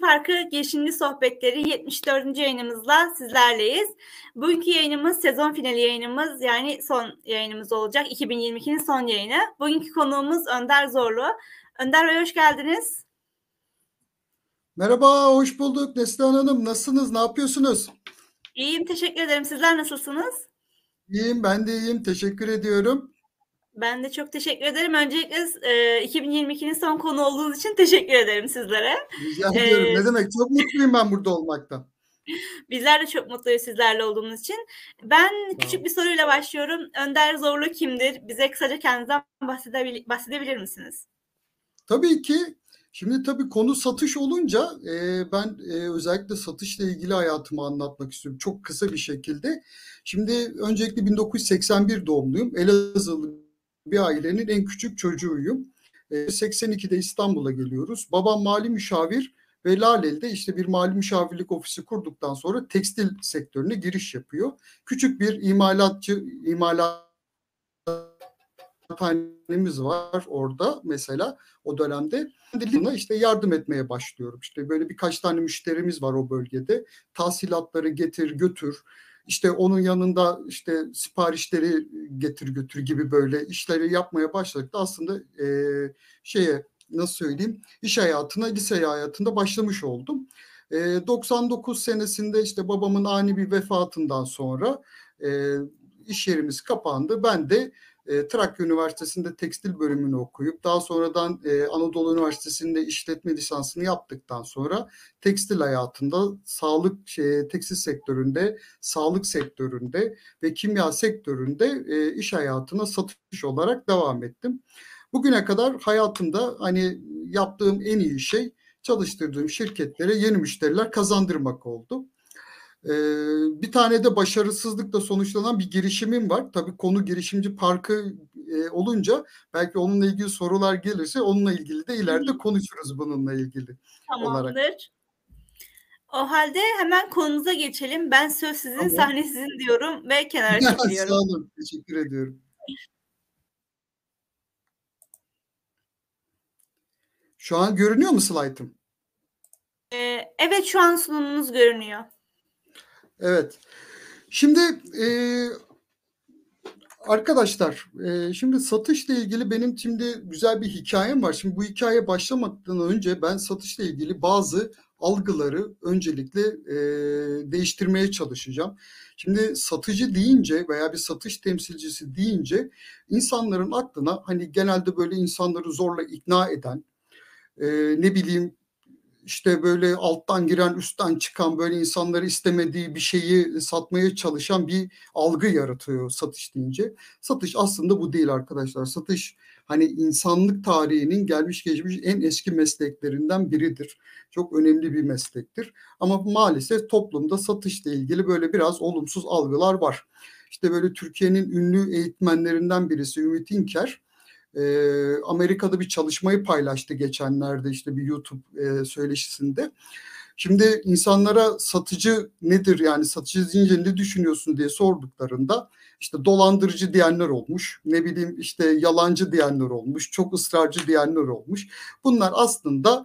Parkı Girişimci Sohbetleri 74. yayınımızla sizlerleyiz. Bugünkü yayınımız sezon finali yayınımız, yani son yayınımız olacak. 2022'nin son yayını. Bugünkü konuğumuz Önder Zorlu. Önder Bey, hoş geldiniz. Merhaba, hoş bulduk Neslihan Hanım. Nasılsınız, ne yapıyorsunuz? İyiyim, teşekkür ederim. Sizler nasılsınız? İyiyim, ben de iyiyim. Teşekkür ediyorum. Ben de çok teşekkür ederim. Öncelikle 2022'nin son konu olduğunuz için teşekkür ederim sizlere. Rica ediyorum. Ne demek? Çok mutluyum ben burada olmaktan. Bizler de çok mutluyuz sizlerle olduğumuz için. Ben küçük bir soruyla başlıyorum. Önder Zorlu kimdir? Bize kısaca kendinizden bahsedebilir misiniz? Tabii ki. Şimdi tabii konu satış olunca ben özellikle satışla ilgili hayatımı anlatmak istiyorum. Çok kısa bir şekilde. Şimdi öncelikle 1981 doğumluyum. Elazığlı bir ailenin en küçük çocuğuyum. 82'de İstanbul'a geliyoruz. Babam mali müşavir ve Laleli'de işte bir mali müşavirlik ofisi kurduktan sonra tekstil sektörüne giriş yapıyor. Küçük bir imalathanemiz var orada mesela o dönemde. İşte yardım etmeye başlıyorum. İşte böyle birkaç tane müşterimiz var o bölgede. Tahsilatları getir götür. İşte onun yanında işte siparişleri getir götür gibi böyle işleri yapmaya başladık da aslında nasıl söyleyeyim, iş hayatına, lise hayatında başlamış oldum. 99 senesinde işte babamın ani bir vefatından sonra iş yerimiz kapandı. Ben de Trakya Üniversitesi'nde tekstil bölümünü okuyup daha sonradan Anadolu Üniversitesi'nde işletme lisansını yaptıktan sonra tekstil hayatında tekstil sektöründe, sağlık sektöründe ve kimya sektöründe iş hayatına satış olarak devam ettim. Bugüne kadar hayatımda hani yaptığım en iyi şey çalıştırdığım şirketlere yeni müşteriler kazandırmak oldu. Bir tane de başarısızlıkla sonuçlanan bir girişimim var. Tabii konu girişimci parkı olunca belki onunla ilgili sorular gelirse onunla ilgili de ileride konuşuruz bununla ilgili olarak. Tamamdır. O halde hemen konumuza geçelim. Ben söz sizin, tamam, sahne sizin diyorum ve kenara çekiliyorum. Sağ olun, teşekkür ediyorum. Şu an görünüyor mu slaytım? Evet, şu an sunumunuz görünüyor. Evet. Şimdi arkadaşlar, şimdi satışla ilgili benim şimdi güzel bir hikayem var. Şimdi bu hikaye başlamadan önce ben satışla ilgili bazı algıları öncelikle değiştirmeye çalışacağım. Şimdi satıcı deyince veya bir satış temsilcisi deyince insanların aklına hani genelde böyle insanları zorla ikna eden, ne bileyim işte böyle alttan giren üstten çıkan böyle insanları istemediği bir şeyi satmaya çalışan bir algı yaratıyor satış deyince. Satış aslında bu değil arkadaşlar. Satış hani insanlık tarihinin gelmiş geçmiş en eski mesleklerinden biridir. Çok önemli bir meslektir. Ama maalesef toplumda satışla ilgili böyle biraz olumsuz algılar var. İşte böyle Türkiye'nin ünlü eğitmenlerinden birisi Ümit İnker, Amerika'da bir çalışmayı paylaştı geçenlerde işte bir YouTube söyleşisinde. Şimdi insanlara satıcı nedir, yani satıcı deyince ne düşünüyorsun diye sorduklarında işte dolandırıcı diyenler olmuş, ne bileyim işte yalancı diyenler olmuş, çok ısrarcı diyenler olmuş. Bunlar aslında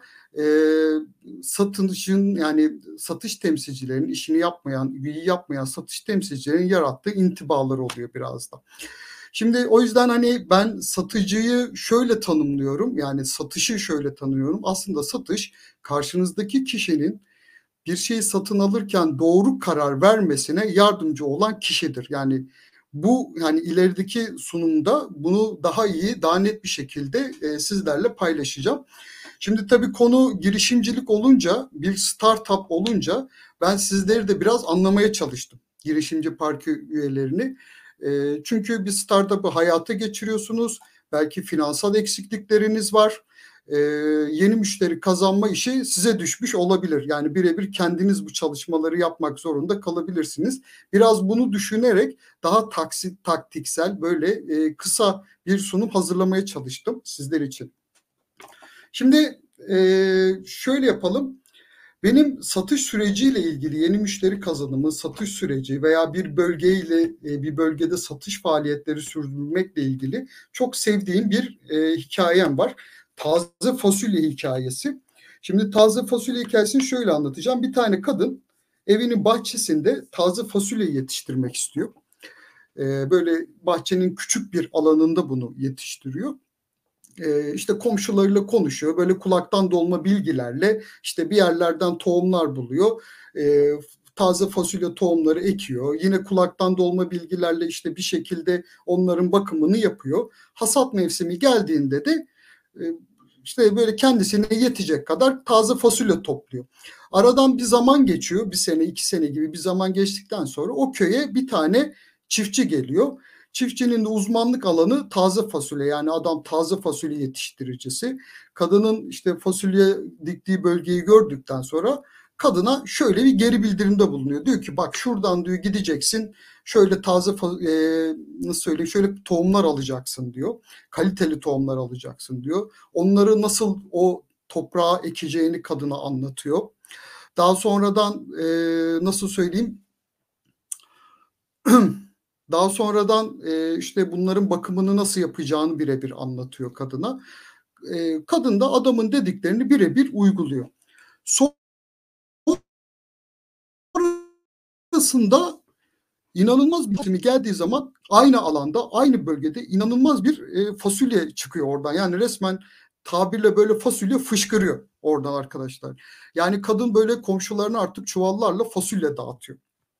satışın, yani satış temsilcilerinin işini yapmayan, iyi yapmayan satış temsilcilerinin yarattığı intibalar oluyor biraz da. Şimdi o yüzden hani ben satıcıyı şöyle tanımlıyorum, yani satışı şöyle tanıyorum. Aslında satış karşınızdaki kişinin bir şeyi satın alırken doğru karar vermesine yardımcı olan kişidir. Yani bu, yani ilerideki sunumda bunu daha iyi, daha net bir şekilde sizlerle paylaşacağım. Şimdi tabii konu girişimcilik olunca, bir startup olunca ben sizleri de biraz anlamaya çalıştım, girişimci parkı üyelerini. Çünkü bir startup'ı hayata geçiriyorsunuz. Belki finansal eksiklikleriniz var. Yeni müşteri kazanma işi size düşmüş olabilir. Yani birebir kendiniz bu çalışmaları yapmak zorunda kalabilirsiniz. Biraz bunu düşünerek daha taktiksel böyle kısa bir sunum hazırlamaya çalıştım sizler için. Şimdi şöyle yapalım. Benim satış süreciyle ilgili, yeni müşteri kazanımı, satış süreci veya bir bölgede satış faaliyetleri sürdürmekle ilgili çok sevdiğim bir hikayem var. Taze fasulye hikayesi. Şimdi taze fasulye hikayesini şöyle anlatacağım. Bir tane kadın evinin bahçesinde taze fasulye yetiştirmek istiyor. Böyle bahçenin küçük bir alanında bunu yetiştiriyor. İşte komşularıyla konuşuyor. Böyle kulaktan dolma bilgilerle işte bir yerlerden tohumlar buluyor. Taze fasulye tohumları ekiyor. Yine kulaktan dolma bilgilerle işte bir şekilde onların bakımını yapıyor. Hasat mevsimi geldiğinde de işte böyle kendisine yetecek kadar taze fasulye topluyor. Aradan bir zaman geçiyor. Bir sene, 2 sene gibi bir zaman geçtikten sonra o köye bir tane çiftçi geliyor. Çiftçinin de uzmanlık alanı taze fasulye. Yani adam taze fasulye yetiştiricisi. Kadının işte fasulye diktiği bölgeyi gördükten sonra kadına şöyle bir geri bildirimde bulunuyor. Diyor ki bak şuradan diyor gideceksin. Şöyle taze nasıl söyleyeyim şöyle tohumlar alacaksın diyor. Kaliteli tohumlar alacaksın diyor. Onları nasıl o toprağa ekeceğini kadına anlatıyor. Daha sonradan nasıl söyleyeyim daha sonradan işte bunların bakımını nasıl yapacağını birebir anlatıyor kadına. Kadın da adamın dediklerini birebir uyguluyor. Sonrasında inanılmaz bir bitimi geldiği zaman aynı alanda, aynı bölgede inanılmaz bir fasulye çıkıyor oradan. Yani resmen tabirle böyle fasulye fışkırıyor oradan arkadaşlar. Yani kadın böyle komşularına artık çuvallarla fasulye dağıtıyor.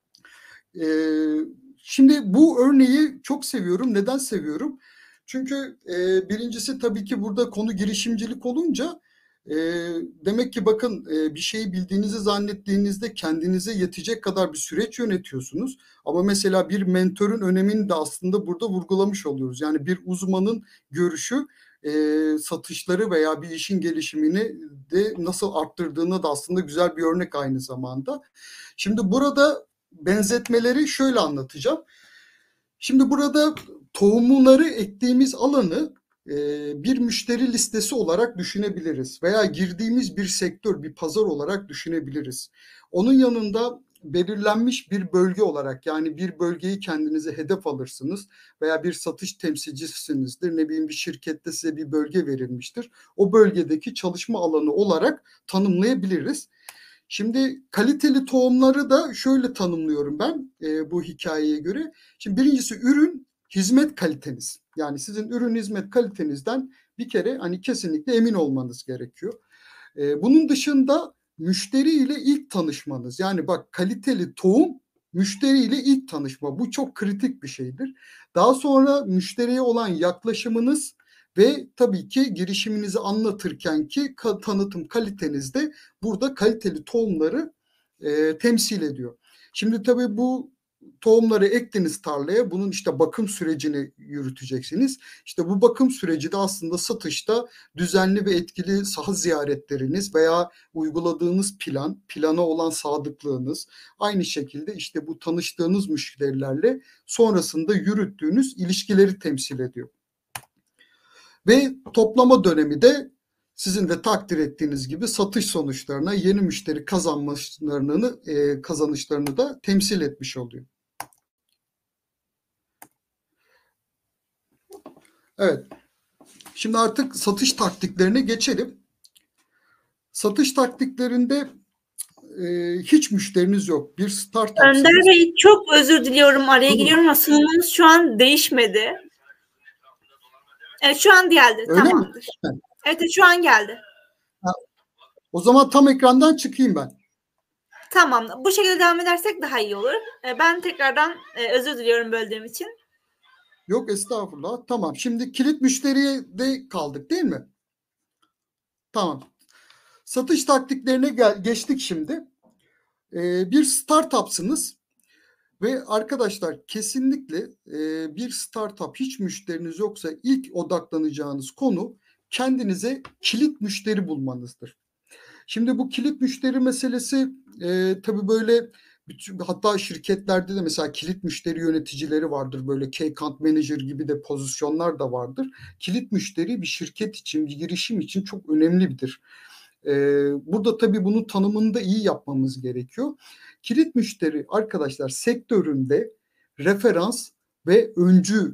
Şimdi bu örneği çok seviyorum. Neden seviyorum? Çünkü birincisi tabii ki burada konu girişimcilik olunca demek ki bakın bir şeyi bildiğinizi zannettiğinizde kendinize yetecek kadar bir süreç yönetiyorsunuz. Ama mesela bir mentorun önemini de aslında burada vurgulamış oluyoruz. Yani bir uzmanın görüşü satışları veya bir işin gelişimini de nasıl arttırdığını da aslında güzel bir örnek aynı zamanda. Şimdi burada benzetmeleri şöyle anlatacağım. Şimdi burada tohumları ektiğimiz alanı bir müşteri listesi olarak düşünebiliriz veya girdiğimiz bir sektör, bir pazar olarak düşünebiliriz. Onun yanında belirlenmiş bir bölge olarak yani bir bölgeyi kendinize hedef alırsınız veya bir satış temsilcisisinizdir. Ne bileyim bir şirkette size bir bölge verilmiştir. O bölgedeki çalışma alanı olarak tanımlayabiliriz. Şimdi kaliteli tohumları da şöyle tanımlıyorum ben bu hikayeye göre. Şimdi birincisi ürün, hizmet kaliteniz. Yani sizin ürün hizmet kalitenizden bir kere hani kesinlikle emin olmanız gerekiyor. Bunun dışında müşteriyle ilk tanışmanız. Yani bak kaliteli tohum müşteriyle ilk tanışma. Bu çok kritik bir şeydir. Daha sonra müşteriye olan yaklaşımınız ve tabii ki girişiminizi anlatırken ki tanıtım kaliteniz de burada kaliteli tohumları temsil ediyor. Şimdi tabii bu tohumları ektiniz tarlaya. Bunun işte bakım sürecini yürüteceksiniz. İşte bu bakım süreci de aslında satışta düzenli ve etkili saha ziyaretleriniz veya uyguladığınız plana olan sadıklığınız, aynı şekilde işte bu tanıştığınız müşterilerle sonrasında yürüttüğünüz ilişkileri temsil ediyor. Ve toplama dönemi de sizin de takdir ettiğiniz gibi satış sonuçlarına, yeni müşteri kazanışlarını da temsil etmiş oluyor. Evet. Şimdi artık satış taktiklerine geçelim. Satış taktiklerinde hiç müşteriniz yok. Bir startupsınız. Önder Bey çok özür diliyorum araya giriyorum ama sunumunuz şu an değişmedi. Evet şu an geldi. Öyle tamamdır. Mi? Evet şu an geldi. O zaman tam ekrandan çıkayım ben. Tamam. Bu şekilde devam edersek daha iyi olur. Ben tekrardan özür diliyorum böldüğüm için. Yok estağfurullah. Tamam. Şimdi kilit müşteriye de kaldık değil mi? Tamam. Satış taktiklerine geçtik şimdi. Bir startupsınız ve arkadaşlar kesinlikle bir startup hiç müşteriniz yoksa ilk odaklanacağınız konu kendinize kilit müşteri bulmanızdır. Şimdi bu kilit müşteri meselesi tabii böyle hatta şirketlerde de mesela kilit müşteri yöneticileri vardır. Böyle key account manager gibi de pozisyonlar da vardır. Kilit müşteri bir şirket için, bir girişim için çok önemlidir. Burada tabii bunun tanımını da iyi yapmamız gerekiyor. Kilit müşteri arkadaşlar sektöründe referans ve öncü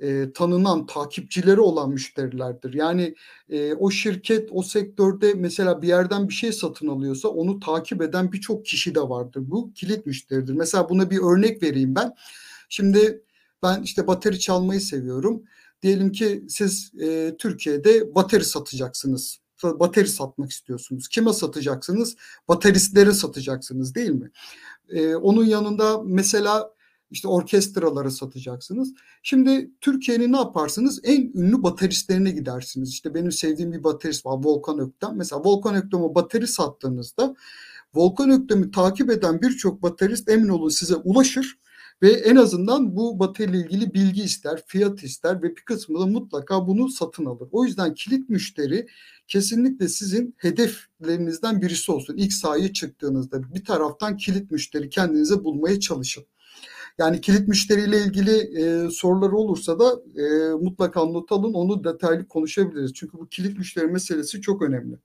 tanınan, takipçileri olan müşterilerdir. Yani o şirket o sektörde mesela bir yerden bir şey satın alıyorsa onu takip eden birçok kişi de vardır. Bu kilit müşteridir. Mesela buna bir örnek vereyim ben. Şimdi ben işte bateri çalmayı seviyorum. Diyelim ki siz Türkiye'de bateri satacaksınız. Bateri satmak istiyorsunuz. Kime satacaksınız? Bateristlere satacaksınız, değil mi? Onun yanında mesela işte orkestralara satacaksınız. Şimdi Türkiye'nin ne yaparsınız? En ünlü bateristlerine gidersiniz. İşte benim sevdiğim bir baterist var, Volkan Öktem. Mesela Volkan Öktem'e bateri sattığınızda Volkan Öktem'i takip eden birçok baterist emin olun size ulaşır ve en azından bu bateriyle ilgili bilgi ister, fiyat ister ve bir kısmı da mutlaka bunu satın alır. O yüzden kilit müşteri kesinlikle sizin hedeflerinizden birisi olsun. İlk sahaya çıktığınızda bir taraftan kilit müşteri kendinize bulmaya çalışın. Yani kilit müşteriyle ilgili sorular olursa da mutlaka not alın, onu detaylı konuşabiliriz. Çünkü bu kilit müşteri meselesi çok önemli.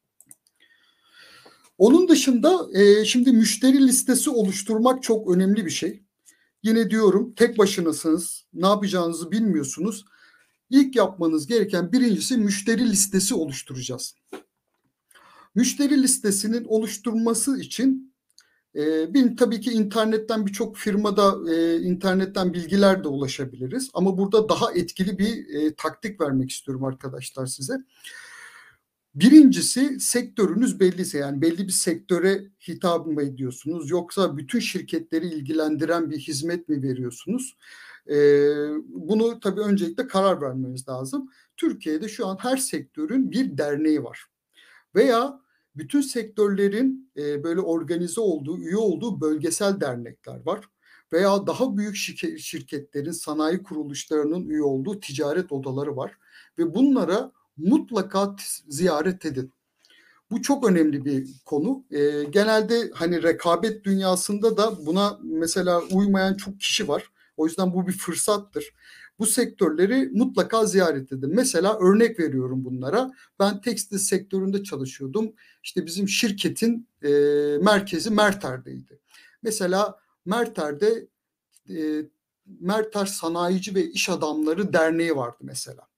Onun dışında şimdi müşteri listesi oluşturmak çok önemli bir şey. Yine diyorum, tek başınasınız, ne yapacağınızı bilmiyorsunuz. İlk yapmanız gereken birincisi müşteri listesi oluşturacağız. Müşteri listesinin oluşturması için tabii ki internetten birçok firmada internetten bilgiler de ulaşabiliriz. Ama burada daha etkili bir taktik vermek istiyorum arkadaşlar size. Birincisi sektörünüz belliyse, yani belli bir sektöre hitap mı ediyorsunuz yoksa bütün şirketleri ilgilendiren bir hizmet mi veriyorsunuz? Bunu tabii öncelikle karar vermeniz lazım. Türkiye'de şu an her sektörün bir derneği var. Veya bütün sektörlerin böyle organize olduğu, üye olduğu bölgesel dernekler var. Veya daha büyük şirketlerin, sanayi kuruluşlarının üye olduğu ticaret odaları var. Ve bunlara mutlaka ziyaret edin. Bu çok önemli bir konu. Genelde hani rekabet dünyasında da buna mesela uymayan çok kişi var. O yüzden bu bir fırsattır. Bu sektörleri mutlaka ziyaret edin. Mesela örnek veriyorum bunlara. Ben tekstil sektöründe çalışıyordum. İşte bizim şirketin merkezi Merter'deydi. Mesela Merter'de Merter Sanayici ve İş Adamları Derneği vardı mesela.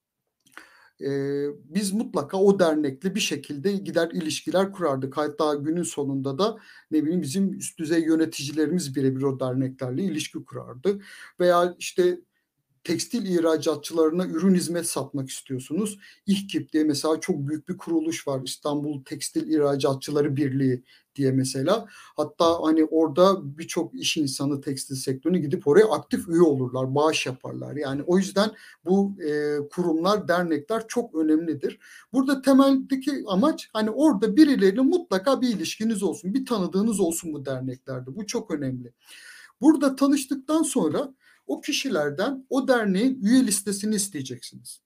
Biz mutlaka o dernekle bir şekilde gider ilişkiler kurardık. Hatta günün sonunda da ne bileyim bizim üst düzey yöneticilerimiz birebir o derneklerle ilişki kurardı. Veya işte tekstil ihracatçılarına ürün hizmet satmak istiyorsunuz. İHKİP diye mesela çok büyük bir kuruluş var. İstanbul Tekstil İhracatçıları Birliği diye mesela. Hatta hani orada birçok iş insanı tekstil sektörüne gidip oraya aktif üye olurlar, bağış yaparlar. Yani o yüzden bu kurumlar, dernekler çok önemlidir. Burada temeldeki amaç hani orada birileriyle mutlaka bir ilişkiniz olsun, bir tanıdığınız olsun bu derneklerde. Bu çok önemli. Burada tanıştıktan sonra o kişilerden o derneğin üye listesini isteyeceksiniz.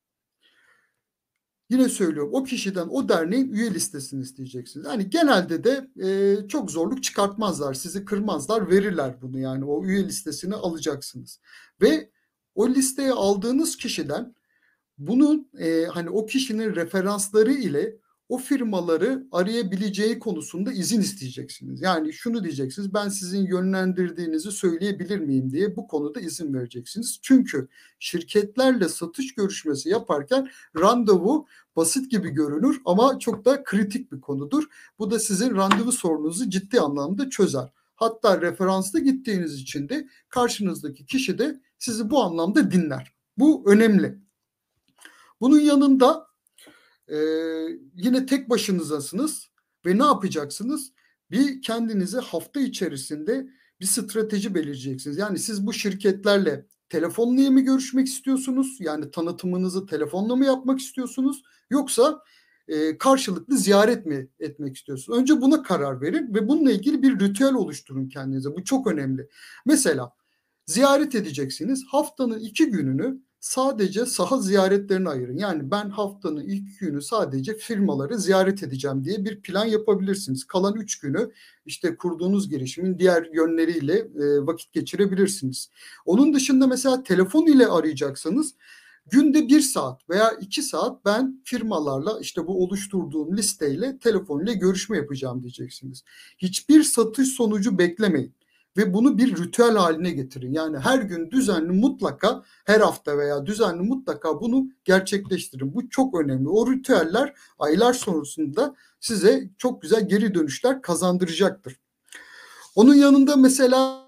Yine söylüyorum, o kişiden o derneğin üye listesini isteyeceksiniz. Yani genelde de çok zorluk çıkartmazlar, sizi kırmazlar, verirler bunu, yani o üye listesini alacaksınız. Ve o listeye aldığınız kişiden bunun hani o kişinin referansları ile o firmaları arayabileceği konusunda izin isteyeceksiniz. Yani şunu diyeceksiniz, ben sizin yönlendirdiğinizi söyleyebilir miyim diye bu konuda izin vereceksiniz. Çünkü şirketlerle satış görüşmesi yaparken randevu basit gibi görünür ama çok da kritik bir konudur. Bu da sizin randevu sorununuzu ciddi anlamda çözer. Hatta referansla gittiğiniz için de karşınızdaki kişi de sizi bu anlamda dinler. Bu önemli. Bunun yanında yine tek başınızasınız ve ne yapacaksınız? Bir kendinize hafta içerisinde bir strateji belirleyeceksiniz. Yani siz bu şirketlerle telefonla mı görüşmek istiyorsunuz? Yani tanıtımınızı telefonla mı yapmak istiyorsunuz? Yoksa karşılıklı ziyaret mi etmek istiyorsunuz? Önce buna karar verin ve bununla ilgili bir ritüel oluşturun kendinize. Bu çok önemli. Mesela ziyaret edeceksiniz. Haftanın 2 gününü sadece saha ziyaretlerine ayırın. Yani ben haftanın ilk günü sadece firmaları ziyaret edeceğim diye bir plan yapabilirsiniz. Kalan 3 günü işte kurduğunuz girişimin diğer yönleriyle vakit geçirebilirsiniz. Onun dışında mesela telefon ile arayacaksanız günde 1 saat veya 2 saat ben firmalarla işte bu oluşturduğum listeyle telefon ile görüşme yapacağım diyeceksiniz. Hiçbir satış sonucu beklemeyin. ve bunu bir ritüel haline getirin. Yani her gün düzenli mutlaka, her hafta veya düzenli mutlaka bunu gerçekleştirin. Bu çok önemli. O ritüeller aylar sonrasında size çok güzel geri dönüşler kazandıracaktır. Onun yanında mesela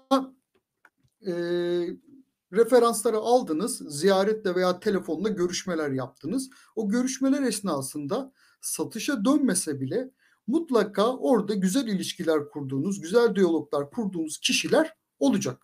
referansları aldınız, ziyaretle veya telefonla görüşmeler yaptınız. O görüşmeler esnasında satışa dönmese bile mutlaka orada güzel ilişkiler kurduğunuz, güzel diyaloglar kurduğunuz kişiler olacak.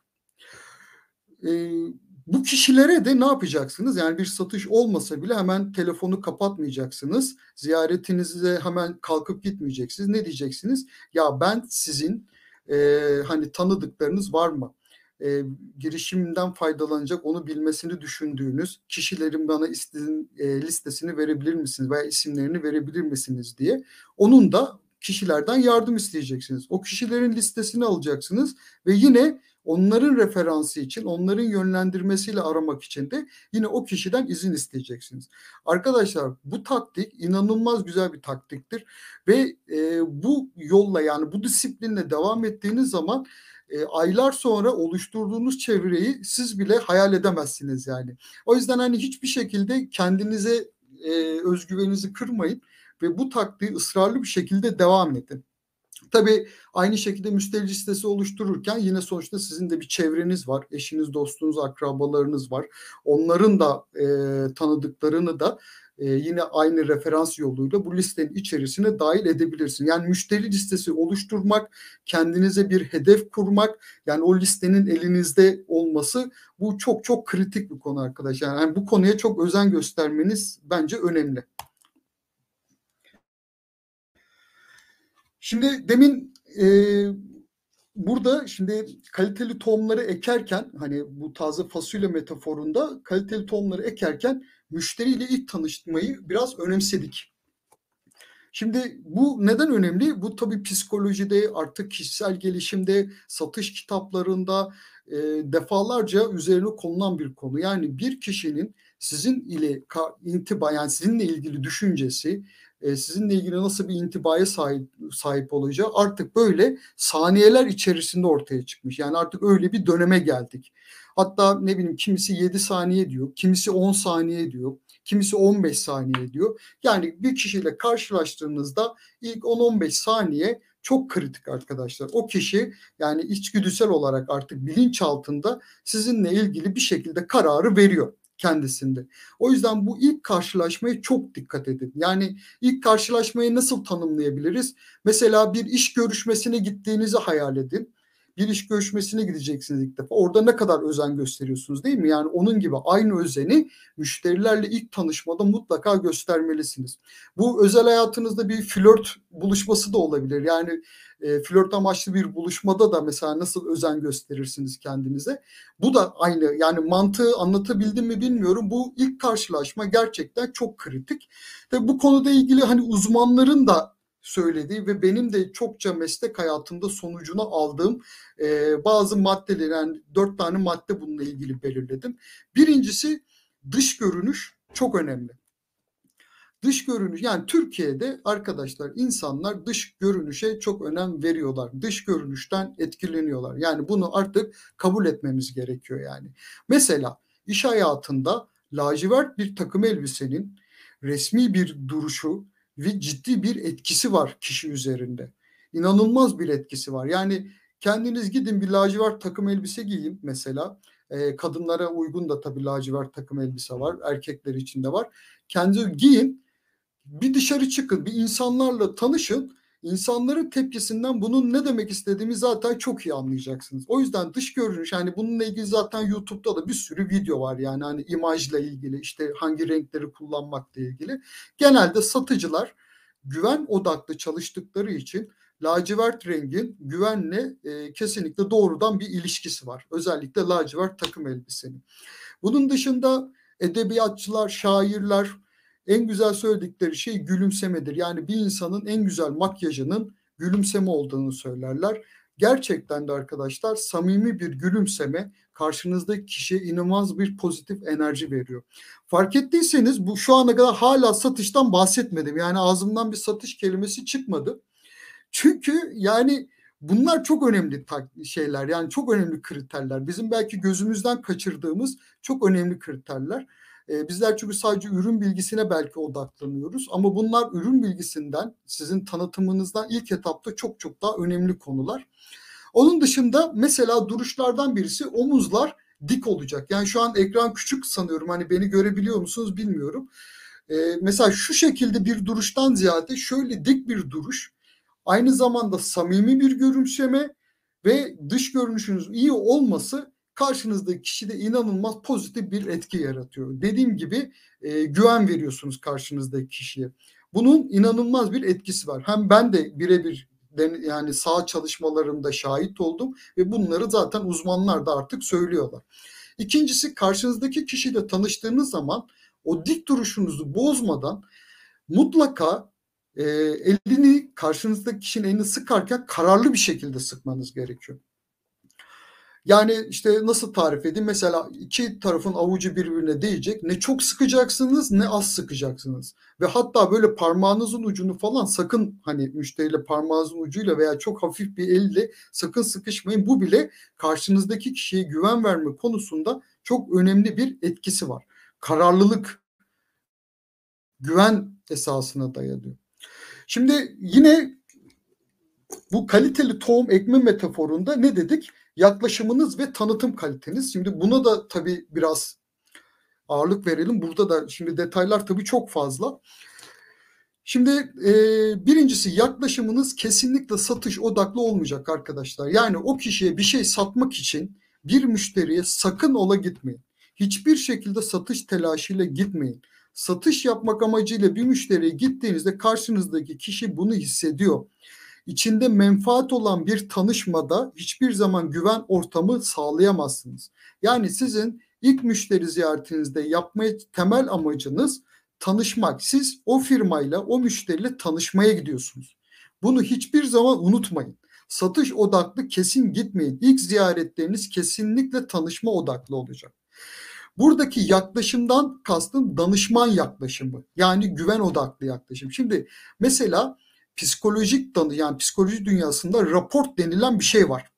Bu kişilere de ne yapacaksınız? Yani bir satış olmasa bile hemen telefonu kapatmayacaksınız. Ziyaretinize hemen kalkıp gitmeyeceksiniz. Ne diyeceksiniz? Ya ben sizin hani tanıdıklarınız var mı? Girişimden faydalanacak, onu bilmesini düşündüğünüz kişilerin bana listesini verebilir misiniz veya isimlerini verebilir misiniz diye. Onun da kişilerden yardım isteyeceksiniz. O kişilerin listesini alacaksınız ve yine onların referansı için, onların yönlendirmesiyle aramak için de yine o kişiden izin isteyeceksiniz. Arkadaşlar bu taktik inanılmaz güzel bir taktiktir ve bu yolla, yani bu disiplinle devam ettiğiniz zaman aylar sonra oluşturduğunuz çevreyi siz bile hayal edemezsiniz yani. O yüzden hani hiçbir şekilde kendinize özgüveninizi kırmayın ve bu taktiği ısrarlı bir şekilde devam edin. Tabii aynı şekilde müşteri listesi oluştururken yine sonuçta sizin de bir çevreniz var. Eşiniz, dostunuz, akrabalarınız var. Onların da tanıdıklarını da yine aynı referans yoluyla bu listenin içerisine dahil edebilirsin. Yani müşteri listesi oluşturmak, kendinize bir hedef kurmak, yani o listenin elinizde olması, bu çok çok kritik bir konu arkadaşlar. Yani bu konuya çok özen göstermeniz bence önemli. Şimdi demin burada şimdi kaliteli tohumları ekerken, hani bu taze fasulye metaforunda kaliteli tohumları ekerken müşteriyle ilk tanışmayı biraz önemsedik. Şimdi bu neden önemli? Bu tabii psikolojide, artık kişisel gelişimde, satış kitaplarında defalarca üzerine konulan bir konu. Yani bir kişinin sizin ile yani sizinle ilgili düşüncesi, sizinle ilgili nasıl bir intibaya sahip olacağı artık böyle saniyeler içerisinde ortaya çıkmış. Yani artık öyle bir döneme geldik. Hatta ne bileyim, kimisi 7 saniye diyor, kimisi 10 saniye diyor, kimisi 15 saniye diyor. Yani bir kişiyle karşılaştığınızda ilk 10-15 saniye çok kritik arkadaşlar. O kişi yani içgüdüsel olarak artık bilinçaltında sizinle ilgili bir şekilde kararı veriyor kendisinde. O yüzden bu ilk karşılaşmaya çok dikkat edin. Yani ilk karşılaşmayı nasıl tanımlayabiliriz? Mesela bir iş görüşmesine gittiğinizi hayal edin. Bir iş görüşmesine gideceksiniz ilk defa. Orada ne kadar özen gösteriyorsunuz, değil mi? Yani onun gibi aynı özeni müşterilerle ilk tanışmada mutlaka göstermelisiniz. Bu özel hayatınızda bir flört buluşması da olabilir. Yani flört amaçlı bir buluşmada da mesela nasıl özen gösterirsiniz kendinize? Bu da aynı, yani mantığı anlatabildim mi bilmiyorum. Bu ilk karşılaşma gerçekten çok kritik. Tabii bu konuda ilgili hani uzmanların da söylediği ve benim de çokça meslek hayatımda sonucunu aldığım bazı maddeler, yani 4 tane madde bununla ilgili belirledim. Birincisi, dış görünüş çok önemli. Dış görünüş, yani Türkiye'de arkadaşlar insanlar dış görünüşe çok önem veriyorlar. Dış görünüşten etkileniyorlar. Yani bunu artık kabul etmemiz gerekiyor yani. Mesela iş hayatında lacivert bir takım elbisenin resmi bir duruşu ve ciddi bir etkisi var kişi üzerinde. İnanılmaz bir etkisi var. Yani kendiniz gidin bir lacivert takım elbise giyin mesela. Kadınlara uygun da tabii lacivert takım elbise var. Erkekler için de var. Kendi giyin. Bir dışarı çıkın, bir insanlarla tanışın. İnsanların tepkisinden bunun ne demek istediğimi zaten çok iyi anlayacaksınız. O yüzden dış görünüş, yani bununla ilgili zaten YouTube'da da bir sürü video var, yani hani imajla ilgili, işte hangi renkleri kullanmakla ilgili. Genelde satıcılar güven odaklı çalıştıkları için lacivert rengin güvenle kesinlikle doğrudan bir ilişkisi var. Özellikle lacivert takım elbisenin. Bunun dışında edebiyatçılar, şairler en güzel söyledikleri şey gülümsemedir. Yani bir insanın en güzel makyajının gülümseme olduğunu söylerler. Gerçekten de arkadaşlar samimi bir gülümseme karşınızdaki kişiye inanılmaz bir pozitif enerji veriyor. Fark ettiyseniz bu şu ana kadar hala satıştan bahsetmedim. Yani ağzımdan bir satış kelimesi çıkmadı. Çünkü yani Bunlar çok önemli şeyler, yani çok önemli kriterler. Bizim belki gözümüzden kaçırdığımız çok önemli kriterler. Bizler çünkü sadece ürün bilgisine belki odaklanıyoruz ama bunlar ürün bilgisinden, sizin tanıtımınızdan ilk etapta çok çok daha önemli konular. Onun dışında mesela duruşlardan birisi, omuzlar dik olacak. Yani şu an ekran küçük sanıyorum, hani beni görebiliyor musunuz bilmiyorum. Mesela şu şekilde bir duruştan ziyade şöyle dik bir duruş, aynı zamanda samimi bir gülümseme ve dış görünüşünüz iyi olması karşınızdaki kişide inanılmaz pozitif bir etki yaratıyor. Dediğim gibi güven veriyorsunuz karşınızdaki kişiye. Bunun inanılmaz bir etkisi var. Hem ben de birebir yani saha çalışmalarında şahit oldum ve bunları zaten uzmanlar da artık söylüyorlar. İkincisi, karşınızdaki kişiyle tanıştığınız zaman o dik duruşunuzu bozmadan mutlaka elini, karşınızdaki kişinin elini sıkarken kararlı bir şekilde sıkmanız gerekiyor. Yani işte nasıl tarif edeyim? Mesela iki tarafın avucu birbirine değecek. Ne çok sıkacaksınız ne az sıkacaksınız. Ve hatta böyle parmağınızın ucunu falan sakın, hani müşteriyle parmağınızın ucuyla veya çok hafif bir elle sakın sıkışmayın. Bu bile karşınızdaki kişiye güven verme konusunda çok önemli bir etkisi var. Kararlılık, güven esasına dayanıyor. Şimdi yine bu kaliteli tohum ekme metaforunda ne dedik? Yaklaşımınız ve tanıtım kaliteniz. Şimdi buna da tabii biraz ağırlık verelim. Burada da şimdi detaylar tabii çok fazla. Şimdi birincisi, yaklaşımınız kesinlikle satış odaklı olmayacak arkadaşlar. Yani o kişiye bir şey satmak için bir müşteriye sakın ola gitmeyin. Hiçbir şekilde satış telaşıyla gitmeyin. Satış yapmak amacıyla bir müşteriye gittiğinizde karşınızdaki kişi bunu hissediyor. İçinde menfaat olan bir tanışmada hiçbir zaman güven ortamı sağlayamazsınız. Yani sizin ilk müşteri ziyaretinizde yapmaya temel amacınız tanışmak. Siz o firmayla, o müşteriyle tanışmaya gidiyorsunuz. Bunu hiçbir zaman unutmayın. Satış odaklı kesin gitmeyin. İlk ziyaretleriniz kesinlikle tanışma odaklı olacak. Buradaki yaklaşımdan kastım danışman yaklaşımı. Yani güven odaklı yaklaşım. Şimdi mesela psikolojik yani psikoloji dünyasında raport denilen bir şey var.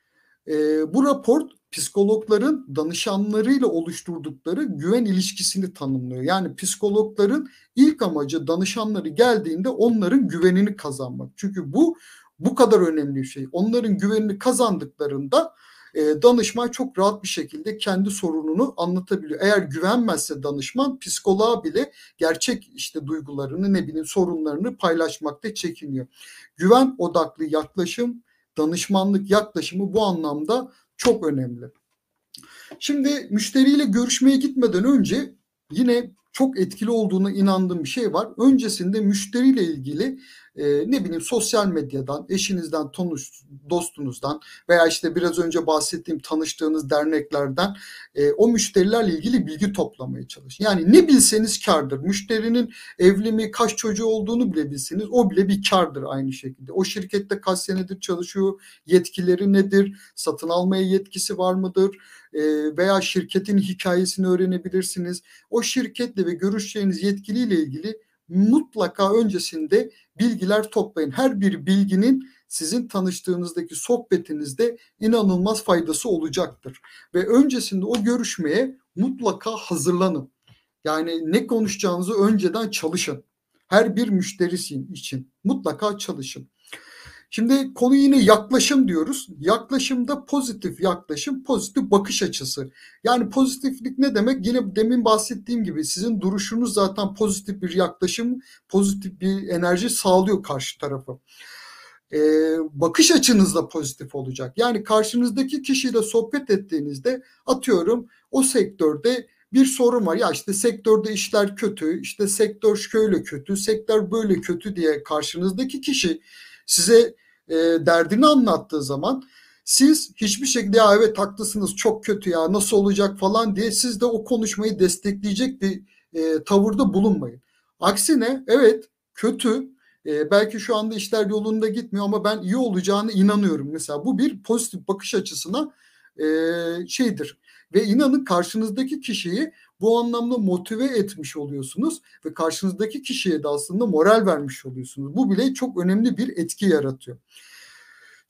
Bu raport psikologların danışanlarıyla oluşturdukları güven ilişkisini tanımlıyor. Yani psikologların ilk amacı danışanları geldiğinde onların güvenini kazanmak. Çünkü bu kadar önemli bir şey. Onların güvenini kazandıklarında danışman çok rahat bir şekilde kendi sorununu anlatabiliyor. Eğer güvenmezse danışman, psikoloğa bile gerçek işte duygularını, ne bileyim sorunlarını paylaşmakta çekiniyor. Güven odaklı yaklaşım, danışmanlık yaklaşımı bu anlamda çok önemli. Şimdi müşteriyle görüşmeye gitmeden önce yine çok etkili olduğuna inandığım bir şey var. Öncesinde müşteriyle ilgili ne bileyim sosyal medyadan, eşinizden, dostunuzdan veya işte biraz önce bahsettiğim tanıştığınız derneklerden o müşterilerle ilgili bilgi toplamaya çalışın. Yani ne bilseniz kârdır. Müşterinin evli mi, kaç çocuğu olduğunu bile bilseniz o bile bir kârdır aynı şekilde. O şirkette kaç senedir çalışıyor, yetkileri nedir, satın almaya yetkisi var mıdır? Veya şirketin hikayesini öğrenebilirsiniz. O şirketle ve görüşeceğiniz yetkiliyle ilgili mutlaka öncesinde bilgiler toplayın. Her bir bilginin sizin tanıştığınızdaki sohbetinizde inanılmaz faydası olacaktır. Ve öncesinde o görüşmeye mutlaka hazırlanın. Yani ne konuşacağınızı önceden çalışın. Her bir müşterisi için mutlaka çalışın. Şimdi konu yine yaklaşım diyoruz. Yaklaşımda pozitif yaklaşım, pozitif bakış açısı. Yani pozitiflik ne demek? Yine demin bahsettiğim gibi sizin duruşunuz zaten pozitif bir yaklaşım, pozitif bir enerji sağlıyor karşı tarafa. Bakış açınız da pozitif olacak. Yani karşınızdaki kişiyle sohbet ettiğinizde, atıyorum o sektörde bir sorun var. Ya işte sektörde işler kötü, işte sektör şöyle kötü, sektör böyle kötü diye karşınızdaki kişi size derdini anlattığı zaman siz hiçbir şekilde ya evet haklısınız çok kötü ya nasıl olacak falan diye siz de o konuşmayı destekleyecek bir tavırda bulunmayın. Aksine evet kötü, belki şu anda işler yolunda gitmiyor ama ben iyi olacağına inanıyorum. Mesela bu bir pozitif bakış açısına şeydir. Ve inanın karşınızdaki kişiyi bu anlamda motive etmiş oluyorsunuz ve karşınızdaki kişiye de aslında moral vermiş oluyorsunuz. Bu bile çok önemli bir etki yaratıyor.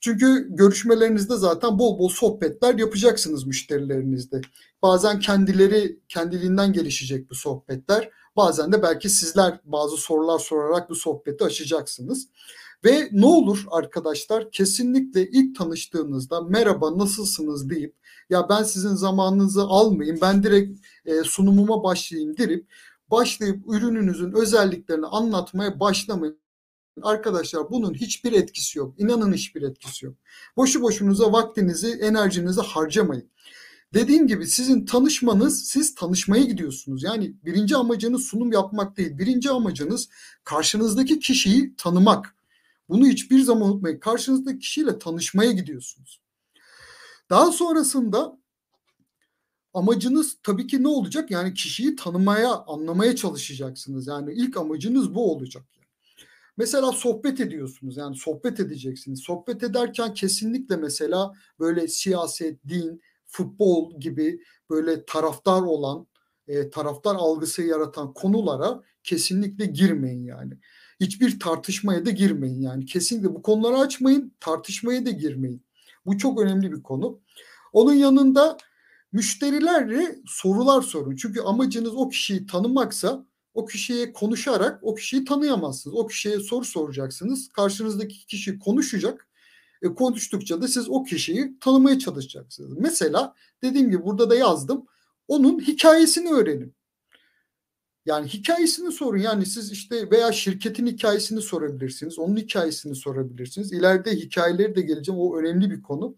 Çünkü görüşmelerinizde zaten bol bol sohbetler yapacaksınız müşterilerinizle. Bazen kendiliğinden gelişecek bu sohbetler. Bazen de belki sizler bazı sorular sorarak bu sohbeti aşacaksınız. Ve ne olur arkadaşlar, kesinlikle ilk tanıştığınızda merhaba nasılsınız deyip ya ben sizin zamanınızı almayayım, ben direkt sunumuma başlayayım başlayıp ürününüzün özelliklerini anlatmaya başlamayın. Arkadaşlar bunun hiçbir etkisi yok. İnanın hiçbir etkisi yok. Boşu boşunuza vaktinizi, enerjinizi harcamayın. Dediğim gibi sizin siz tanışmaya gidiyorsunuz. Yani birinci amacınız sunum yapmak değil. Birinci amacınız karşınızdaki kişiyi tanımak. Bunu hiçbir zaman unutmayın. Karşınızdaki kişiyle tanışmaya gidiyorsunuz. Daha sonrasında amacınız tabii ki ne olacak? Yani kişiyi tanımaya, anlamaya çalışacaksınız. Yani ilk amacınız bu olacak. Mesela sohbet ediyorsunuz, yani sohbet edeceksiniz. Sohbet ederken kesinlikle mesela böyle siyaset, din, futbol gibi böyle taraftar algısı yaratan konulara kesinlikle girmeyin yani. Hiçbir tartışmaya da girmeyin yani. Kesinlikle bu konuları açmayın, tartışmaya da girmeyin. Bu çok önemli bir konu. Onun yanında müşterilerle sorular sorun. Çünkü amacınız o kişiyi tanımaksa o kişiye konuşarak o kişiyi tanıyamazsınız. O kişiye soru soracaksınız. Karşınızdaki kişi konuşacak. Konuştukça da siz o kişiyi tanımaya çalışacaksınız. Mesela dediğim gibi burada da yazdım. Onun hikayesini öğrenin. Yani hikayesini sorun. Yani siz işte veya şirketin hikayesini sorabilirsiniz. Onun hikayesini sorabilirsiniz. İleride hikayeleri de geleceğim. O önemli bir konu.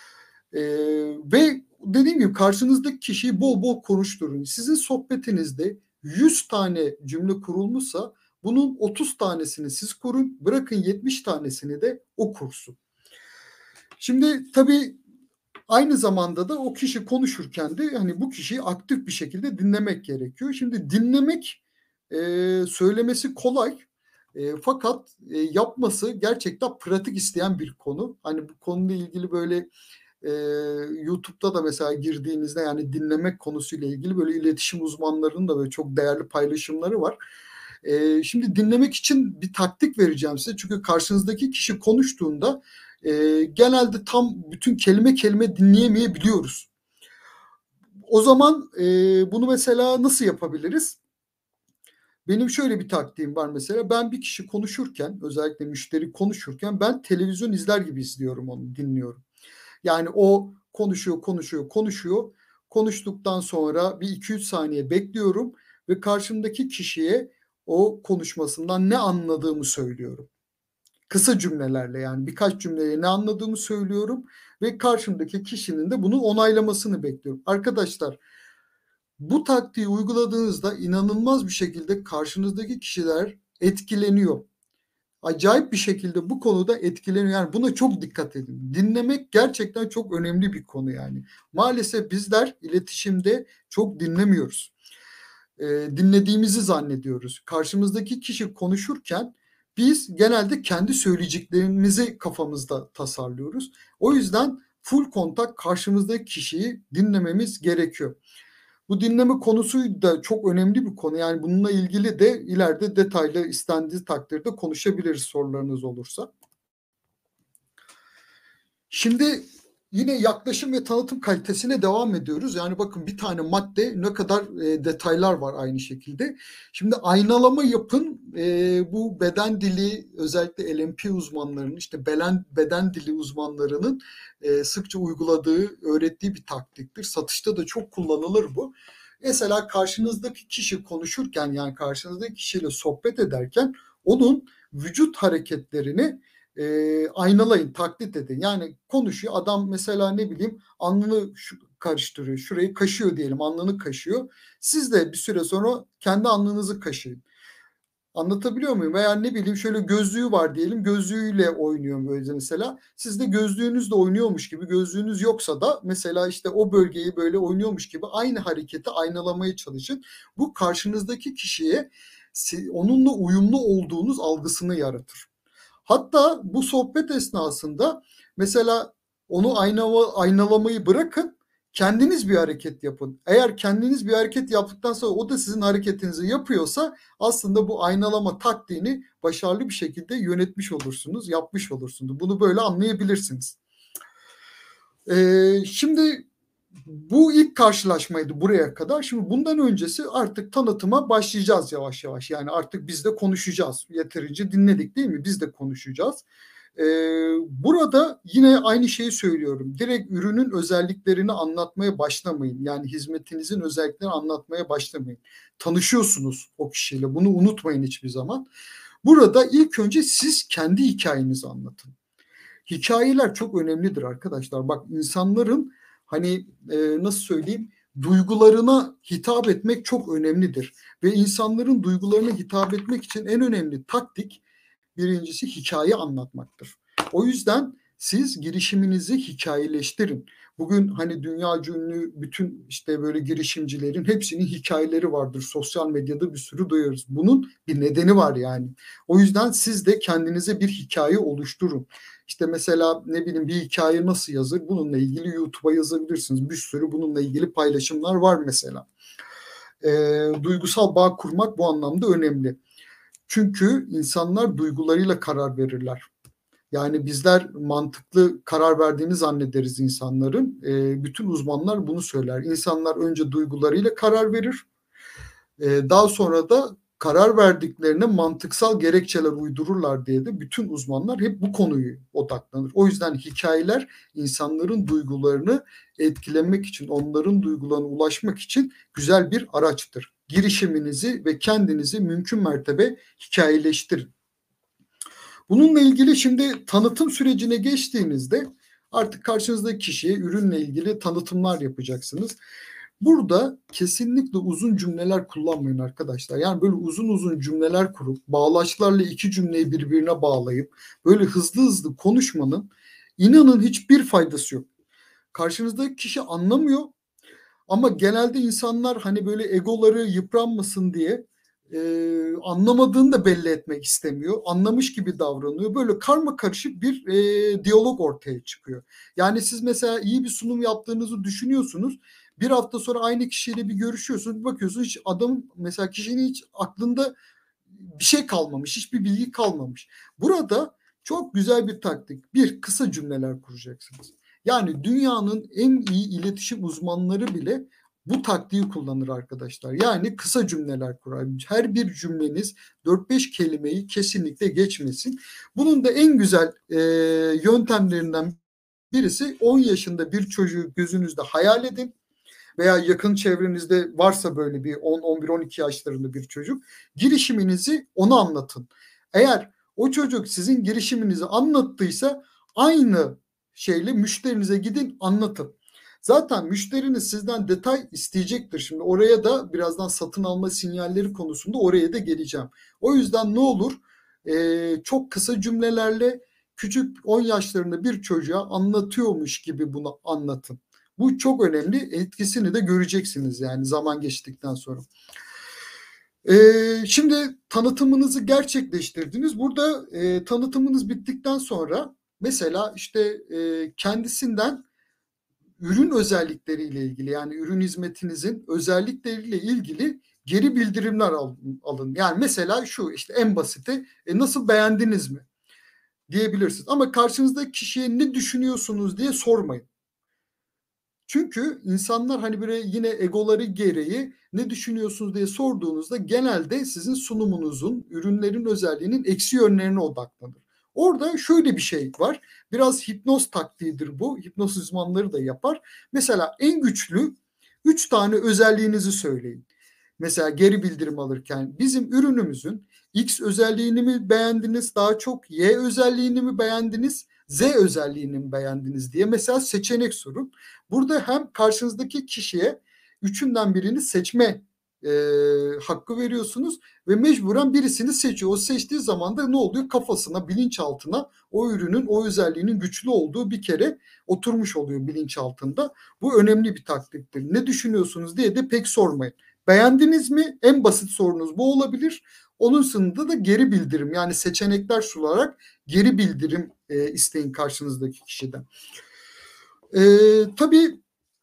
Ve dediğim gibi karşınızdaki kişiyi bol bol konuşturun. Sizin sohbetinizde 100 tane cümle kurulmuşsa bunun 30 tanesini siz kurun. Bırakın 70 tanesini de o kursun. Şimdi tabii aynı zamanda da o kişi konuşurken de hani bu kişiyi aktif bir şekilde dinlemek gerekiyor. Şimdi dinlemek söylemesi kolay. Fakat yapması gerçekten pratik isteyen bir konu. Hani bu konuyla ilgili böyle YouTube'da da mesela girdiğinizde yani dinlemek konusuyla ilgili böyle iletişim uzmanlarının da böyle çok değerli paylaşımları var. Şimdi dinlemek için bir taktik vereceğim size. Çünkü karşınızdaki kişi konuştuğunda genelde tam bütün kelime kelime dinleyemeyebiliyoruz. O zaman bunu mesela nasıl yapabiliriz? Benim şöyle bir taktiğim var mesela. Ben bir kişi konuşurken, özellikle müşteri konuşurken ben televizyon izler gibi izliyorum onu, dinliyorum. Yani o konuşuyor. Konuştuktan sonra bir 2-3 saniye bekliyorum ve karşımdaki kişiye o konuşmasından ne anladığımı söylüyorum. Kısa cümlelerle yani birkaç cümleyle ne anladığımı söylüyorum ve karşımdaki kişinin de bunu onaylamasını bekliyorum. Arkadaşlar bu taktiği uyguladığınızda inanılmaz bir şekilde karşınızdaki kişiler etkileniyor. Acayip bir şekilde bu konuda etkileniyor. Yani buna çok dikkat edin. Dinlemek gerçekten çok önemli bir konu yani. Maalesef bizler iletişimde çok dinlemiyoruz. Dinlediğimizi zannediyoruz. Karşımızdaki kişi konuşurken biz genelde kendi söyleyeceklerimizi kafamızda tasarlıyoruz. O yüzden full kontak karşımızdaki kişiyi dinlememiz gerekiyor. Bu dinleme konusu da çok önemli bir konu. Yani bununla ilgili de ileride detaylı istendiği takdirde konuşabiliriz sorularınız olursa. Şimdi yine yaklaşım ve tanıtım kalitesine devam ediyoruz. Yani bakın bir tane madde ne kadar detaylar var aynı şekilde. Şimdi aynalama yapın. Bu beden dili özellikle LMP uzmanlarının işte beden dili uzmanlarının sıkça uyguladığı, öğrettiği bir taktiktir. Satışta da çok kullanılır bu. Mesela karşınızdaki kişi konuşurken yani karşınızdaki kişiyle sohbet ederken onun vücut hareketlerini aynalayın, taklit edin. Yani konuşuyor adam mesela ne bileyim alnını karıştırıyor. Şurayı kaşıyor diyelim alnını kaşıyor. Siz de bir süre sonra kendi alnınızı kaşıyın. Anlatabiliyor muyum? Veya ne bileyim şöyle gözlüğü var diyelim. Gözlüğüyle oynuyor böyle mesela. Siz de gözlüğünüzle oynuyormuş gibi gözlüğünüz yoksa da mesela işte o bölgeyi böyle oynuyormuş gibi aynı hareketi aynalamaya çalışın. Bu karşınızdaki kişiye onunla uyumlu olduğunuz algısını yaratır. Hatta bu sohbet esnasında mesela onu aynalamayı bırakın. kendiniz bir hareket yapın. Eğer kendiniz bir hareket yaptıktan sonra o da sizin hareketinizi yapıyorsa aslında bu aynalama taktiğini başarılı bir şekilde yönetmiş olursunuz, yapmış olursunuz. Bunu böyle anlayabilirsiniz. Şimdi bu ilk karşılaşmaydı buraya kadar. Şimdi bundan öncesi artık tanıtıma başlayacağız yavaş yavaş. Yani artık biz de konuşacağız. Yeterince dinledik değil mi? Biz de konuşacağız. Burada yine aynı şeyi söylüyorum. Direkt ürünün özelliklerini anlatmaya başlamayın. Yani hizmetinizin özelliklerini anlatmaya başlamayın. Tanışıyorsunuz o kişiyle. Bunu unutmayın hiçbir zaman. Burada ilk önce siz kendi hikayenizi anlatın. Hikayeler çok önemlidir arkadaşlar. Bak insanların hani nasıl söyleyeyim duygularına hitap etmek çok önemlidir. Ve insanların duygularına hitap etmek için en önemli taktik birincisi hikaye anlatmaktır. O yüzden siz girişiminizi hikayeleştirin. Bugün hani dünyaca ünlü bütün işte böyle girişimcilerin hepsinin hikayeleri vardır. Sosyal medyada bir sürü duyuyoruz. Bunun bir nedeni var yani. O yüzden siz de kendinize bir hikaye oluşturun. İşte mesela ne bileyim bir hikaye nasıl yazır? Bununla ilgili YouTube'a yazabilirsiniz. Bir sürü bununla ilgili paylaşımlar var mesela. Duygusal bağ kurmak bu anlamda önemli. Çünkü insanlar duygularıyla karar verirler. Yani bizler mantıklı karar verdiğini zannederiz insanların. Bütün uzmanlar bunu söyler. İnsanlar önce duygularıyla karar verir. Daha sonra da karar verdiklerine mantıksal gerekçeler uydururlar diye de bütün uzmanlar hep bu konuyu odaklanır. O yüzden hikayeler insanların duygularını etkilemek için, onların duygularına ulaşmak için güzel bir araçtır. Girişiminizi ve kendinizi mümkün mertebe hikayeleştirin. Bununla ilgili şimdi tanıtım sürecine geçtiğinizde artık karşınızdaki kişiye ürünle ilgili tanıtımlar yapacaksınız. Burada kesinlikle uzun cümleler kullanmayın arkadaşlar. Yani böyle uzun uzun cümleler kurup bağlaçlarla iki cümleyi birbirine bağlayıp böyle hızlı hızlı konuşmanın inanın hiçbir faydası yok. Karşınızdaki kişi anlamıyor ama genelde insanlar hani böyle egoları yıpranmasın diye anlamadığını da belli etmek istemiyor. Anlamış gibi davranıyor. Böyle karma karışık bir diyalog ortaya çıkıyor. Yani siz mesela iyi bir sunum yaptığınızı düşünüyorsunuz. Bir hafta sonra aynı kişiyle bir görüşüyorsunuz. Bir bakıyorsunuz hiç adamın mesela kişinin hiç aklında bir şey kalmamış. Hiçbir bilgi kalmamış. Burada çok güzel bir taktik. Bir, kısa cümleler kuracaksınız. Yani dünyanın en iyi iletişim uzmanları bile bu taktiği kullanır arkadaşlar. Yani kısa cümleler kurar. Her bir cümleniz 4-5 kelimeyi kesinlikle geçmesin. Bunun da en güzel yöntemlerinden birisi 10 yaşında bir çocuğu gözünüzde hayal edin. Veya yakın çevrenizde varsa böyle bir 10, 11, 12 yaşlarında bir çocuk, girişiminizi ona anlatın. Eğer o çocuk sizin girişiminizi anlattıysa aynı şeyle müşterinize gidin anlatın. Zaten müşteriniz sizden detay isteyecektir. Şimdi oraya da birazdan satın alma sinyalleri konusunda oraya da geleceğim. O yüzden ne olur çok kısa cümlelerle küçük 10 yaşlarında bir çocuğa anlatıyormuş gibi bunu anlatın. Bu çok önemli. Etkisini de göreceksiniz yani zaman geçtikten sonra. Şimdi tanıtımınızı gerçekleştirdiniz. Burada tanıtımınız bittikten sonra mesela işte kendisinden ürün özellikleriyle ilgili yani ürün hizmetinizin özellikleriyle ilgili geri bildirimler alın. Yani mesela şu işte en basiti nasıl beğendiniz mi diyebilirsiniz. Ama karşınızdaki kişiye ne düşünüyorsunuz diye sormayın. Çünkü insanlar hani böyle yine egoları gereği ne düşünüyorsunuz diye sorduğunuzda genelde sizin sunumunuzun, ürünlerin özelliğinin eksi yönlerine odaklanır. Orada şöyle bir şey var. Biraz hipnoz taktiğidir bu. Hipnoz uzmanları da yapar. Mesela en güçlü 3 tane özelliğinizi söyleyin. Mesela geri bildirim alırken bizim ürünümüzün X özelliğini mi beğendiniz daha çok, Y özelliğini mi beğendiniz, Z özelliğini mi beğendiniz diye mesela seçenek sorun. Burada hem karşınızdaki kişiye üçünden birini seçme hakkı veriyorsunuz ve mecburen birisini seçiyor. O seçtiği zaman da ne oluyor? Kafasına, bilinçaltına o ürünün, o özelliğinin güçlü olduğu bir kere oturmuş oluyor bilinçaltında. Bu önemli bir taktiktir. Ne düşünüyorsunuz diye de pek sormayın. Beğendiniz mi? En basit sorunuz bu olabilir. Onun sınırında da geri bildirim yani seçenekler sunularak geri bildirim isteyin karşınızdaki kişiden. Tabii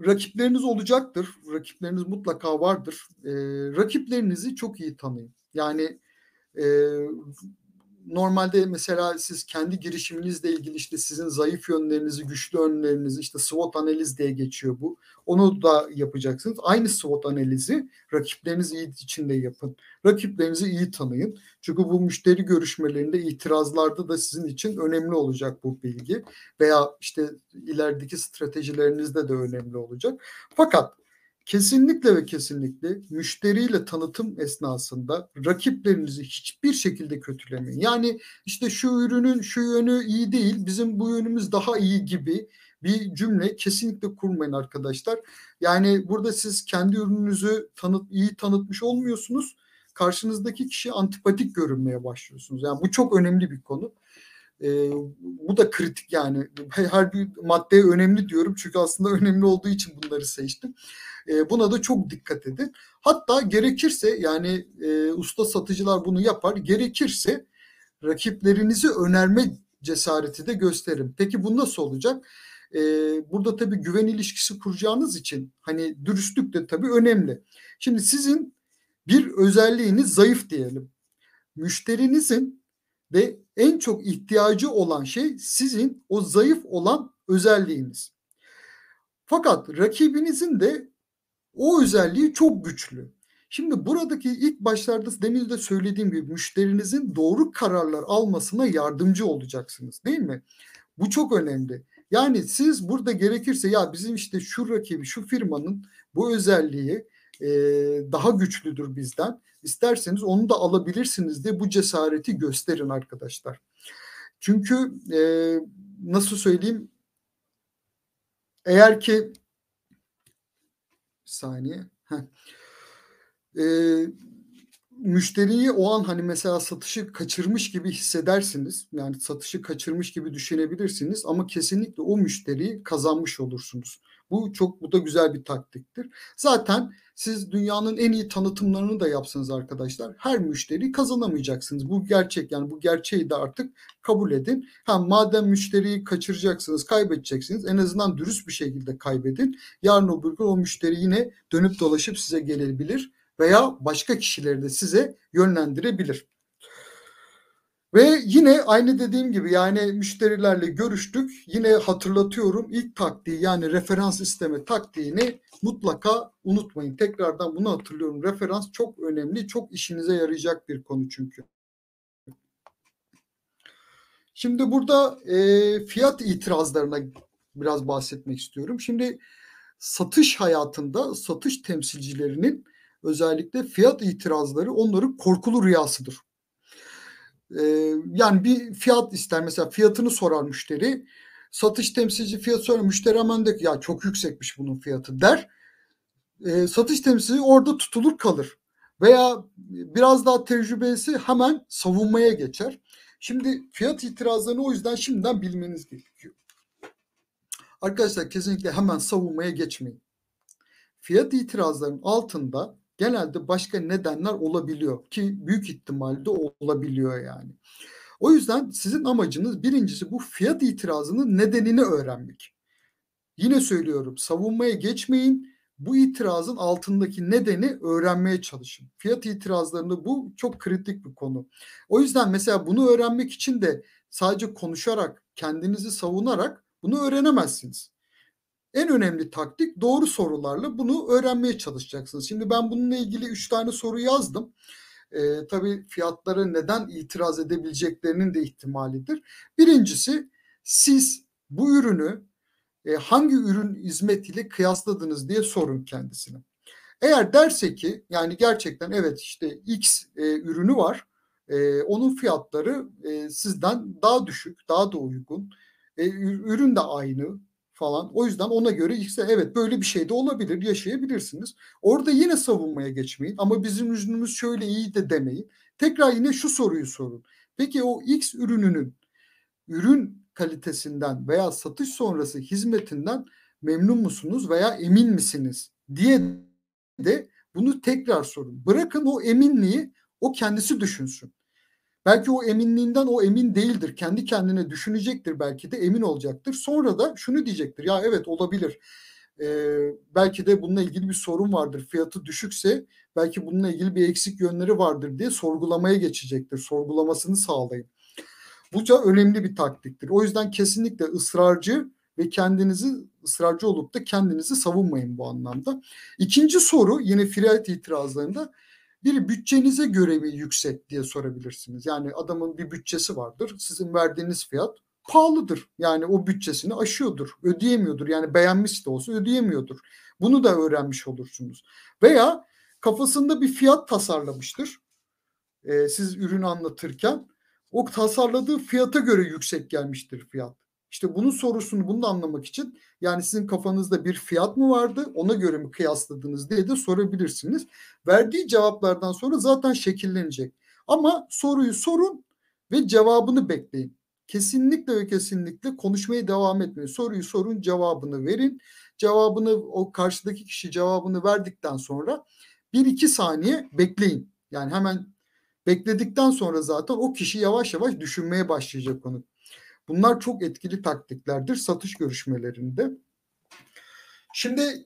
rakipleriniz olacaktır. Rakipleriniz mutlaka vardır. Rakiplerinizi çok iyi tanıyın. Yani e, normalde mesela siz kendi girişiminizle ilgili işte sizin zayıf yönlerinizi, güçlü yönlerinizi, işte SWOT analiz diye geçiyor bu. Onu da yapacaksınız. Aynı SWOT analizi rakipleriniz iyi içinde yapın. Rakiplerinizi iyi tanıyın. Çünkü bu müşteri görüşmelerinde, itirazlarda da sizin için önemli olacak bu bilgi. Veya işte ilerideki stratejilerinizde de önemli olacak. Fakat kesinlikle ve kesinlikle müşteriyle tanıtım esnasında rakiplerinizi hiçbir şekilde kötülemeyin. Yani işte şu ürünün şu yönü iyi değil, bizim bu yönümüz daha iyi gibi bir cümle kesinlikle kurmayın arkadaşlar. Yani burada siz kendi ürününüzü iyi tanıtmış olmuyorsunuz. Karşınızdaki kişi antipatik görünmeye başlıyorsunuz. Yani bu çok önemli bir konu. Bu da kritik yani. Her bir maddeye önemli diyorum çünkü aslında önemli olduğu için bunları seçtim. Buna da çok dikkat edin. Hatta gerekirse yani usta satıcılar bunu yapar. Gerekirse rakiplerinizi önerme cesareti de gösterin. Peki bu nasıl olacak? Burada tabii güven ilişkisi kuracağınız için hani dürüstlük de tabii önemli. Şimdi sizin bir özelliğiniz zayıf diyelim. Müşterinizin de en çok ihtiyacı olan şey sizin o zayıf olan özelliğiniz. Fakat rakibinizin de o özelliği çok güçlü. Şimdi buradaki ilk başlarda demin de söylediğim gibi müşterinizin doğru kararlar almasına yardımcı olacaksınız, değil mi? Bu çok önemli. Yani siz burada gerekirse ya bizim işte şu rakibi, şu firmanın bu özelliği daha güçlüdür bizden. İsterseniz onu da alabilirsiniz diye bu cesareti gösterin arkadaşlar. Çünkü nasıl söyleyeyim? Eğer ki bir saniye. Müşteriyi o an hani mesela satışı kaçırmış gibi hissedersiniz. Yani satışı kaçırmış gibi düşünebilirsiniz ama kesinlikle o müşteriyi kazanmış olursunuz. Bu da güzel bir taktiktir. Zaten siz dünyanın en iyi tanıtımlarını da yapsanız arkadaşlar her müşteriyi kazanamayacaksınız. Bu gerçek yani bu gerçeği de artık kabul edin. Madem müşteriyi kaçıracaksınız, kaybedeceksiniz en azından dürüst bir şekilde kaybedin. Yarın öbür gün o müşteri yine dönüp dolaşıp size gelebilir veya başka kişileri de size yönlendirebilir. Ve yine aynı dediğim gibi yani müşterilerle görüştük. Yine hatırlatıyorum ilk taktiği yani referans isteme taktiğini mutlaka unutmayın. Tekrardan bunu hatırlıyorum. Referans çok önemli, çok işinize yarayacak bir konu çünkü. Şimdi burada fiyat itirazlarına biraz bahsetmek istiyorum. Şimdi satış hayatında satış temsilcilerinin özellikle fiyat itirazları onların korkulu rüyasıdır. Yani bir fiyat ister mesela fiyatını sorar müşteri. Satış temsilci fiyat sorar müşteri hemen der ki ya çok yüksekmiş bunun fiyatı der. Satış temsilci orada tutulur kalır. Veya biraz daha tecrübesi hemen savunmaya geçer. Şimdi fiyat itirazlarını o yüzden şimdiden bilmeniz gerekiyor. Arkadaşlar kesinlikle hemen savunmaya geçmeyin. Fiyat itirazlarının altında genelde başka nedenler olabiliyor ki büyük ihtimalle olabiliyor yani. O yüzden sizin amacınız birincisi bu fiyat itirazının nedenini öğrenmek. Yine söylüyorum savunmaya geçmeyin. Bu itirazın altındaki nedeni öğrenmeye çalışın. Fiyat itirazlarında bu çok kritik bir konu. O yüzden mesela bunu öğrenmek için de sadece konuşarak, kendinizi savunarak bunu öğrenemezsiniz. En önemli taktik doğru sorularla bunu öğrenmeye çalışacaksınız. Şimdi ben bununla ilgili 3 tane soru yazdım. Tabii fiyatlara neden itiraz edebileceklerinin de ihtimalidir. Birincisi siz bu ürünü hangi ürün hizmetiyle kıyasladınız diye sorun kendisine. Eğer derse ki yani gerçekten evet işte X ürünü var. Onun fiyatları sizden daha düşük, daha da uygun. Ürün de aynı falan. O yüzden ona göre X'e evet böyle bir şey de olabilir, yaşayabilirsiniz. Orada yine savunmaya geçmeyin ama bizim ürünümüz şöyle iyi de demeyin. Tekrar yine şu soruyu sorun. Peki o X ürününün ürün kalitesinden veya satış sonrası hizmetinden memnun musunuz veya emin misiniz diye de bunu tekrar sorun. Bırakın o eminliği o kendisi düşünsün. Belki o eminliğinden o emin değildir. Kendi kendine düşünecektir belki de emin olacaktır. Sonra da şunu diyecektir. Ya evet olabilir. Belki de bununla ilgili bir sorun vardır. Fiyatı düşükse belki bununla ilgili bir eksik yönleri vardır diye sorgulamaya geçecektir. Sorgulamasını sağlayın. Bu da önemli bir taktiktir. O yüzden kesinlikle ısrarcı ve ısrarcı olup da kendinizi savunmayın bu anlamda. İkinci soru yine fiyat itirazlarında, bir bütçenize göre mi yüksek diye sorabilirsiniz. Yani adamın bir bütçesi vardır. Sizin verdiğiniz fiyat pahalıdır. Yani o bütçesini aşıyordur, ödeyemiyordur. Yani beğenmiş de olsa ödeyemiyordur. Bunu da öğrenmiş olursunuz. Veya kafasında bir fiyat tasarlamıştır. Siz ürünü anlatırken o tasarladığı fiyata göre yüksek gelmiştir fiyat. İşte bunun sorusunu, bunu da anlamak için yani sizin kafanızda bir fiyat mı vardı, ona göre mi kıyasladınız diye de sorabilirsiniz. Verdiği cevaplardan sonra zaten şekillenecek. Ama soruyu sorun ve cevabını bekleyin. Kesinlikle ve kesinlikle konuşmaya devam etmeyin. Soruyu sorun, cevabını verin. Cevabını, o karşıdaki kişi cevabını verdikten sonra 1-2 saniye bekleyin. Yani hemen bekledikten sonra zaten o kişi yavaş yavaş düşünmeye başlayacak onu. Bunlar çok etkili taktiklerdir satış görüşmelerinde. Şimdi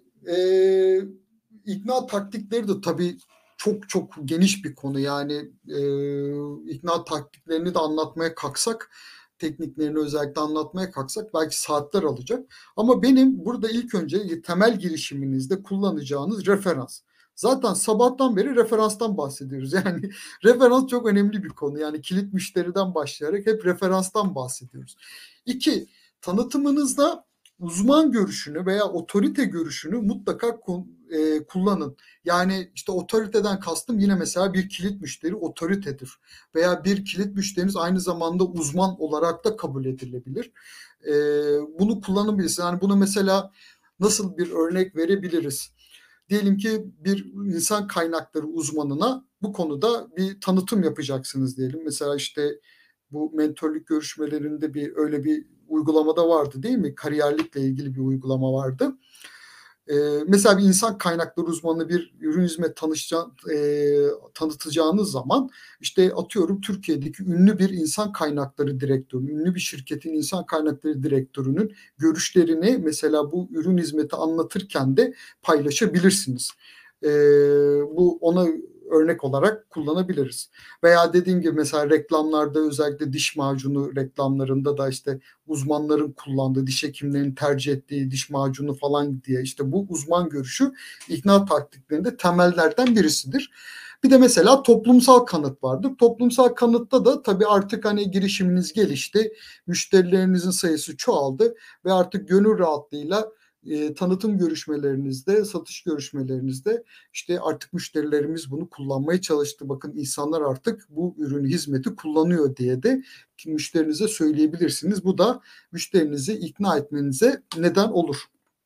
ikna taktikleri de tabii çok çok geniş bir konu. Yani ikna taktiklerini de anlatmaya kalksak, tekniklerini özellikle anlatmaya kalksak belki saatler alacak. Ama benim burada ilk önce temel girişiminizde kullanacağınız referans. Zaten sabahtan beri referanstan bahsediyoruz. Yani referans çok önemli bir konu. Yani kilit müşteriden başlayarak hep referanstan bahsediyoruz. 2, tanıtımınızda uzman görüşünü veya otorite görüşünü mutlaka kullanın. Yani işte otoriteden kastım yine mesela bir kilit müşteri otoritedir. Veya bir kilit müşteriniz aynı zamanda uzman olarak da kabul edilebilir. Bunu kullanabilirsiniz. Yani bunu mesela nasıl bir örnek verebiliriz? Diyelim ki bir insan kaynakları uzmanına bu konuda bir tanıtım yapacaksınız diyelim. Mesela işte bu mentörlük görüşmelerinde öyle bir uygulamada vardı değil mi? Kariyerlikle ilgili bir uygulama vardı. Mesela bir insan kaynakları uzmanı bir ürün hizmet tanıtacağınız zaman işte atıyorum Türkiye'deki ünlü bir insan kaynakları direktörü, ünlü bir şirketin insan kaynakları direktörünün görüşlerini mesela bu ürün hizmeti anlatırken de paylaşabilirsiniz. Bu ona örnek olarak kullanabiliriz. Veya dediğim gibi mesela reklamlarda, özellikle diş macunu reklamlarında da işte uzmanların kullandığı, diş hekimlerinin tercih ettiği diş macunu falan diye işte bu uzman görüşü ikna taktiklerinde temellerden birisidir. Bir de mesela toplumsal kanıt vardır. Toplumsal kanıtta da tabii artık hani girişiminiz gelişti, müşterilerinizin sayısı çoğaldı ve artık gönül rahatlığıyla tanıtım görüşmelerinizde, satış görüşmelerinizde işte artık müşterilerimiz bunu kullanmaya çalıştı. Bakın insanlar artık bu ürünü, hizmeti kullanıyor diye de müşterinize söyleyebilirsiniz. Bu da müşterinizi ikna etmenize neden olur.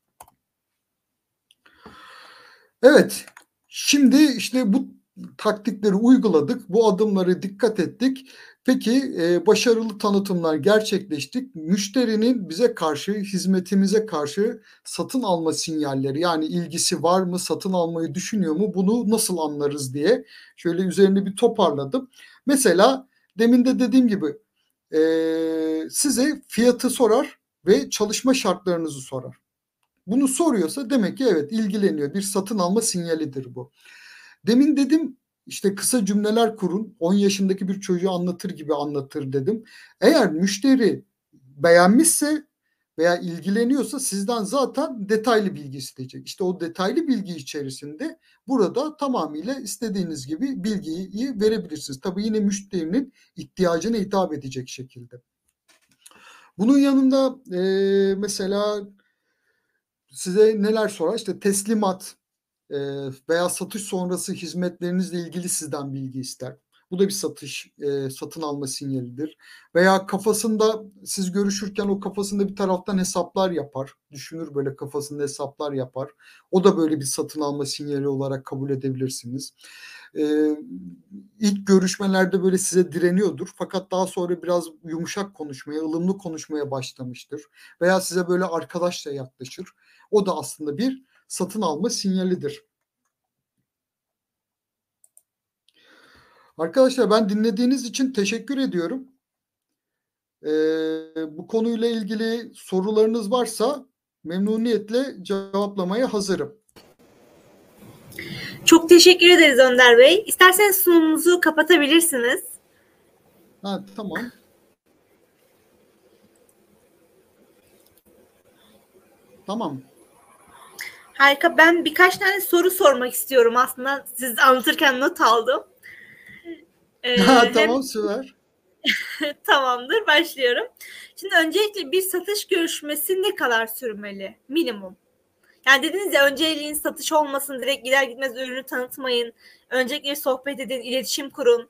Evet, şimdi işte bu taktikleri uyguladık, bu adımları dikkat ettik. Peki başarılı tanıtımlar gerçekleştik. Müşterinin bize karşı, hizmetimize karşı satın alma sinyalleri, yani ilgisi var mı, satın almayı düşünüyor mu, bunu nasıl anlarız diye şöyle üzerine bir toparladım. Mesela demin de dediğim gibi size fiyatı sorar ve çalışma şartlarınızı sorar. Bunu soruyorsa demek ki evet ilgileniyor. Bir satın alma sinyalidir bu. Demin dedim işte kısa cümleler kurun. 10 yaşındaki bir çocuğu anlatır gibi anlatır dedim. Eğer müşteri beğenmişse veya ilgileniyorsa sizden zaten detaylı bilgi isteyecek. İşte o detaylı bilgi içerisinde burada tamamıyla istediğiniz gibi bilgiyi verebilirsiniz. Tabii yine müşterinin ihtiyacına hitap edecek şekilde. Bunun yanında mesela size neler sorar? İşte teslimat veya satış sonrası hizmetlerinizle ilgili sizden bilgi ister. Bu da bir satın alma sinyalidir. Veya kafasında siz görüşürken o kafasında bir taraftan hesaplar yapar. Düşünür, böyle kafasında hesaplar yapar. O da böyle bir satın alma sinyali olarak kabul edebilirsiniz. İlk görüşmelerde böyle size direniyordur. Fakat daha sonra biraz yumuşak konuşmaya, ılımlı konuşmaya başlamıştır. Veya size böyle arkadaşça yaklaşır. O da aslında bir satın alma sinyalidir. Arkadaşlar, ben dinlediğiniz için teşekkür ediyorum. Bu konuyla ilgili sorularınız varsa Memnuniyetle cevaplamaya hazırım. Çok teşekkür ederiz Önder Bey. İsterseniz sunumunuzu kapatabilirsiniz. Tamam. Tamam. Harika. Ben birkaç tane soru sormak istiyorum aslında. Siz anlatırken not aldım. Tamam, süper. Tamamdır, başlıyorum. Şimdi öncelikle bir satış görüşmesi ne kadar sürmeli? Minimum. Yani dediniz ya, önceliğin satış olmasın, direkt gider gitmez ürünü tanıtmayın. Öncelikle sohbet edin, iletişim kurun.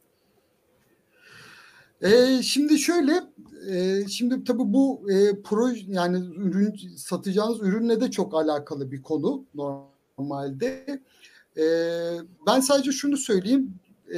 Şimdi şöyle, şimdi tabii bu proje, yani satacağınız ürünle de çok alakalı bir konu normalde. Ben sadece şunu söyleyeyim,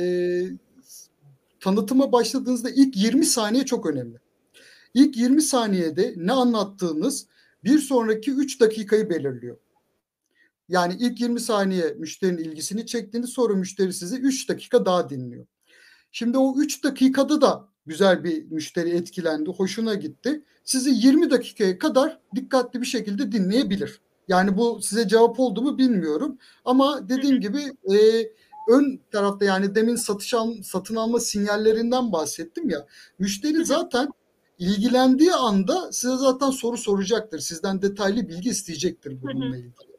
tanıtıma başladığınızda ilk 20 saniye çok önemli. İlk 20 saniyede ne anlattığınız bir sonraki 3 dakikayı belirliyor. Yani ilk 20 saniye müşterinin ilgisini çektiğiniz, sonra müşteri sizi 3 dakika daha dinliyor. Şimdi o 3 dakikada da güzel bir müşteri etkilendi, hoşuna gitti. Sizi 20 dakikaya kadar dikkatli bir şekilde dinleyebilir. Yani bu size cevap oldu mu bilmiyorum. Ama dediğim gibi ön tarafta, yani demin satın alma sinyallerinden bahsettim ya. Müşteri zaten ilgilendiği anda size zaten soru soracaktır. Sizden detaylı bilgi isteyecektir bununla ilgili.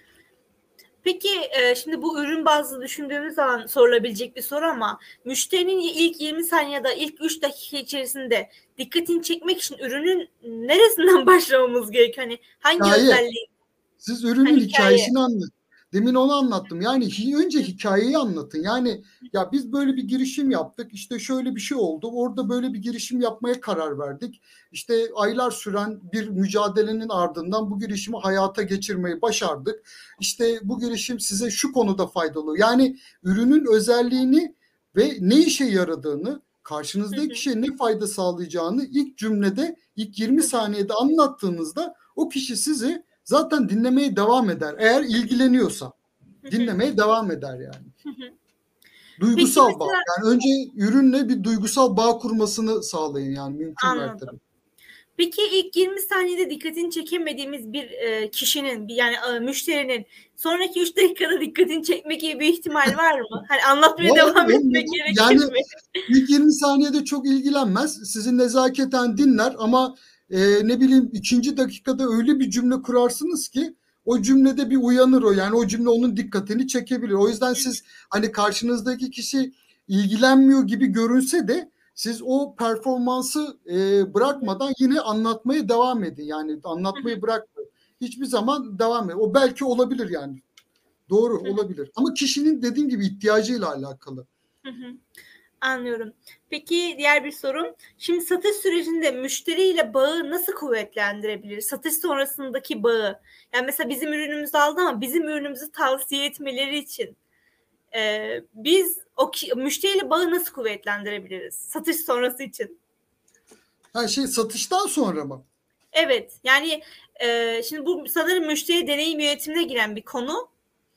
Peki şimdi bu ürün bazlı düşündüğümüz zaman sorulabilecek bir soru ama müşterinin ilk 20 saniye ya da ilk 3 dakika içerisinde dikkatini çekmek için ürünün neresinden başlamamız gerekiyor? Hani hangi özelliği? Siz ürünün hikayesini anlatın. Demin onu anlattım. Yani önce hikayeyi anlatın. Yani ya biz böyle bir girişim yaptık. İşte şöyle bir şey oldu. Orada böyle bir girişim yapmaya karar verdik. İşte aylar süren bir mücadelenin ardından bu girişimi hayata geçirmeyi başardık. İşte bu girişim size şu konuda faydalı. Yani ürünün özelliğini ve ne işe yaradığını, karşınızdaki kişiye ne fayda sağlayacağını ilk cümlede, ilk 20 saniyede anlattığınızda o kişi sizi zaten dinlemeye devam eder. Eğer ilgileniyorsa dinlemeye devam eder yani. Duygusal bağ. Yani önce ürünle bir duygusal bağ kurmasını sağlayın yani mümkün mertebe. Peki ilk 20 saniyede dikkatini çekemediğimiz bir kişinin, yani müşterinin sonraki 3 dakikada dikkatini çekmek gibi bir ihtimal var mı? Hani anlatmaya devam etmek gerekir yani, mi? İlk 20 saniyede çok ilgilenmez. Sizi nezaketen dinler ama ne bileyim ikinci dakikada öyle bir cümle kurarsınız ki o cümlede bir uyanır o. Yani o cümle onun dikkatini çekebilir. O yüzden siz hani karşınızdaki kişi ilgilenmiyor gibi görünse de siz o performansı bırakmadan yine anlatmaya devam edin. Yani anlatmayı bırakmayın. Hiçbir zaman devam edin. O belki olabilir yani. Doğru, olabilir. Ama kişinin dediğim gibi ihtiyacıyla alakalı. Anlıyorum. Peki diğer bir sorum. Şimdi satış sürecinde müşteriyle bağı nasıl kuvvetlendirebilir? Satış sonrasındaki bağı. Yani mesela bizim ürünümüzü aldı ama bizim ürünümüzü tavsiye etmeleri için biz o müşteriyle bağı nasıl kuvvetlendirebiliriz? Satış sonrası için. Satıştan sonra mı? Evet. Yani şimdi bu sanırım müşteri deneyim yönetimine giren bir konu.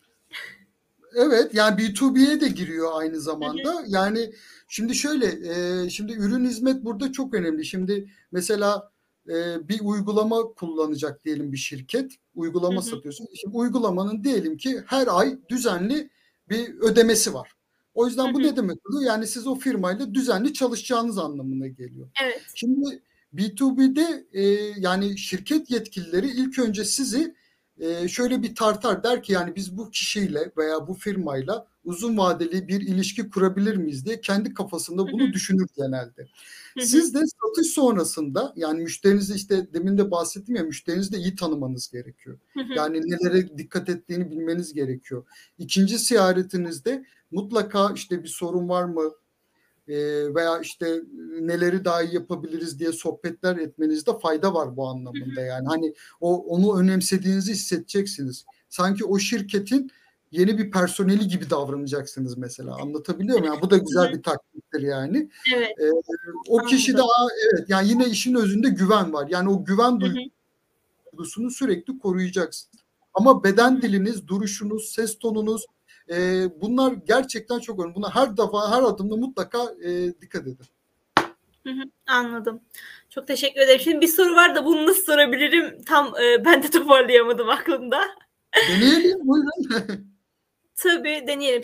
Evet, yani B2B'ye de giriyor aynı zamanda. Yani şimdi şöyle, şimdi ürün hizmet burada çok önemli. Şimdi mesela bir uygulama kullanacak diyelim bir şirket. Uygulama satıyorsun. Şimdi uygulamanın diyelim ki her ay düzenli bir ödemesi var. O yüzden bu ne demek oluyor? Yani siz o firmayla düzenli çalışacağınız anlamına geliyor. Evet. Şimdi B2B'de yani şirket yetkilileri ilk önce sizi şöyle bir tartar, der ki yani biz bu kişiyle veya bu firmayla uzun vadeli bir ilişki kurabilir miyiz diye kendi kafasında bunu düşünür genelde. Siz de satış sonrasında yani müşterinizi, işte demin de bahsettim ya, müşterinizi de iyi tanımanız gerekiyor. Yani nelere dikkat ettiğini bilmeniz gerekiyor. İkinci ziyaretinizde mutlaka işte bir sorun var mı? Veya işte neleri daha iyi yapabiliriz diye sohbetler etmenizde fayda var bu anlamında. Yani hani onu önemsediğinizi hissedeceksiniz. Sanki o şirketin yeni bir personeli gibi davranacaksınız mesela. Anlatabiliyor muyum? Yani bu da güzel bir taktiktir yani. Evet. O kişi de evet, yani yine işin özünde güven var. Yani o güven duygusunu sürekli koruyacaksınız. Ama beden diliniz, duruşunuz, ses tonunuz, bunlar gerçekten çok önemli. Buna her defa, her adımda mutlaka dikkat edin. Hı hı, anladım. Çok teşekkür ederim. Şimdi bir soru var da bunu nasıl sorabilirim? Tam ben de toparlayamadım aklımda. Deneyelim, buyurun. Tabii deneyelim.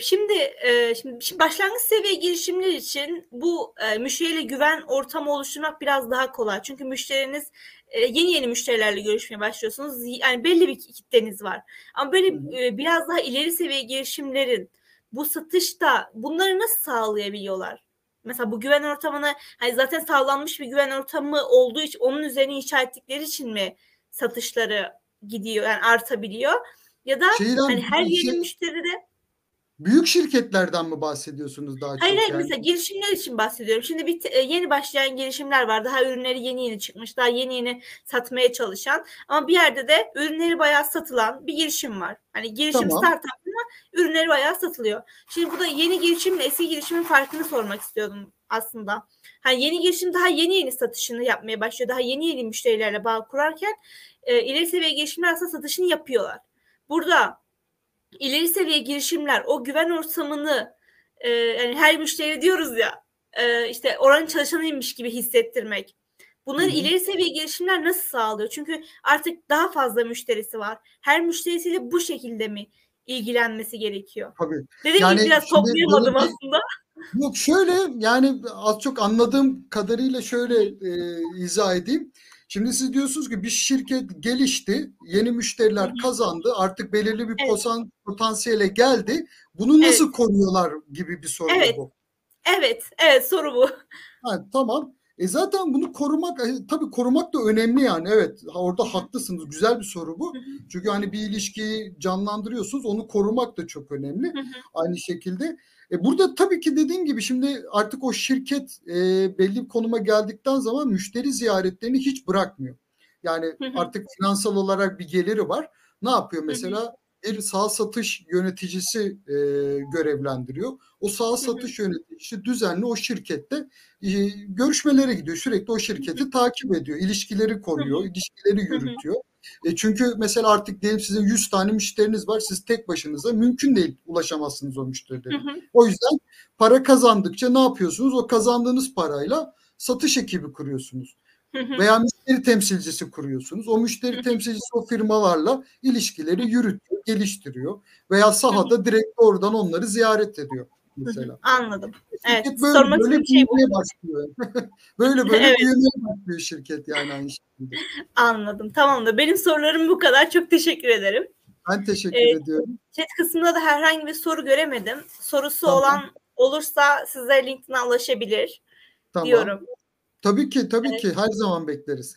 Şimdi başlangıç seviye girişimler için bu müşteriyle güven ortamı oluşturmak biraz daha kolay. Çünkü müşteriniz yeni müşterilerle görüşmeye başlıyorsunuz. Yani belli bir kitleniz var. Ama böyle biraz daha ileri seviye girişimlerin bu satışta bunları nasıl sağlayabiliyorlar? Mesela bu güven ortamını hani zaten sağlanmış bir güven ortamı olduğu için onun üzerine inşa ettikleri için mi satışları gidiyor yani artabiliyor? Ya da hani Şeyden her yeni müşteride büyük şirketlerden mi bahsediyorsunuz daha hayır çok hayır yani? mesela girişimler için bahsediyorum. Şimdi yeni başlayan girişimler var. Daha ürünleri yeni çıkmış. Daha yeni satmaya çalışan. Ama bir yerde de ürünleri bayağı satılan bir girişim var. Hani girişim Tamam. startup ama ürünleri bayağı satılıyor. Şimdi bu da yeni girişimle eski girişimin farkını sormak istiyordum aslında. Hani yeni girişim daha yeni satışını yapmaya başlıyor. Daha yeni müşterilerle bağ kurarken ileri seviye girişimler aslında satışını yapıyorlar. Burada ileri seviye girişimler o güven ortamını yani her müşteri diyoruz ya işte oranın çalışanıymış gibi hissettirmek. Hı Bunları hı. ileri seviye girişimler nasıl sağlıyor? Çünkü artık daha fazla müşterisi var. Her müşterisiyle bu şekilde mi ilgilenmesi gerekiyor? Tabii. Dediğim gibi Yani biraz şimdi böyle toplayamadım bir aslında. yok şöyle yani az çok anladığım kadarıyla şöyle izah edeyim. Şimdi siz diyorsunuz ki bir şirket gelişti, yeni Hı müşteriler hı. kazandı, artık belirli bir Evet, potansiyele geldi. Bunu nasıl evet, koruyorlar gibi bir soru mu evet, bu? evet, soru bu. Ha, tamam. Zaten bunu korumak, tabii korumak da önemli yani. Evet, orada Hı hı, haklısınız. Güzel bir soru hı bu. hı, Çünkü hani bir ilişkiyi canlandırıyorsunuz, onu korumak da çok önemli. hı hı, Aynı şekilde. Burada tabii ki dediğim gibi şimdi artık o şirket belli bir konuma geldikten zaman müşteri ziyaretlerini hiç bırakmıyor. Yani hı hı, artık finansal olarak bir geliri var. Ne yapıyor hı hı, mesela? Bir sağ satış yöneticisi görevlendiriyor. O sağ hı hı, satış yöneticisi düzenli o şirkette görüşmelere gidiyor. Sürekli o şirketi takip ediyor. İlişkileri hı hı, koruyor, ilişkileri hı hı, yürütüyor. Çünkü mesela artık diyelim sizin 100 tane müşteriniz var. Siz tek başınıza mümkün değil ulaşamazsınız o hı müşterilere. hı, O yüzden para kazandıkça ne yapıyorsunuz? O kazandığınız parayla satış ekibi kuruyorsunuz. hı hı, Veya müşteri temsilcisi kuruyorsunuz. O müşteri temsilcisi o firmalarla ilişkileri yürütüyor, geliştiriyor. Veya hı hı. sahada direkt oradan onları ziyaret ediyor Hı hı, mesela. anladım. Evet, Şirket böyle sormak istediğim böyle şey bu. büyümeye başlıyor. Böyle böyle Evet, büyümeye başlıyor şirket yani aynı şekilde. anladım. Tamamdır. Benim sorularım bu kadar. Çok teşekkür ederim. Ben teşekkür Eee, ediyorum. chat kısmında da herhangi bir soru göremedim. Sorusu Tamam, olan olursa size LinkedIn'e ulaşabilir tamam. diyorum. Tabii ki, tabii Evet. ki. Her zaman bekleriz.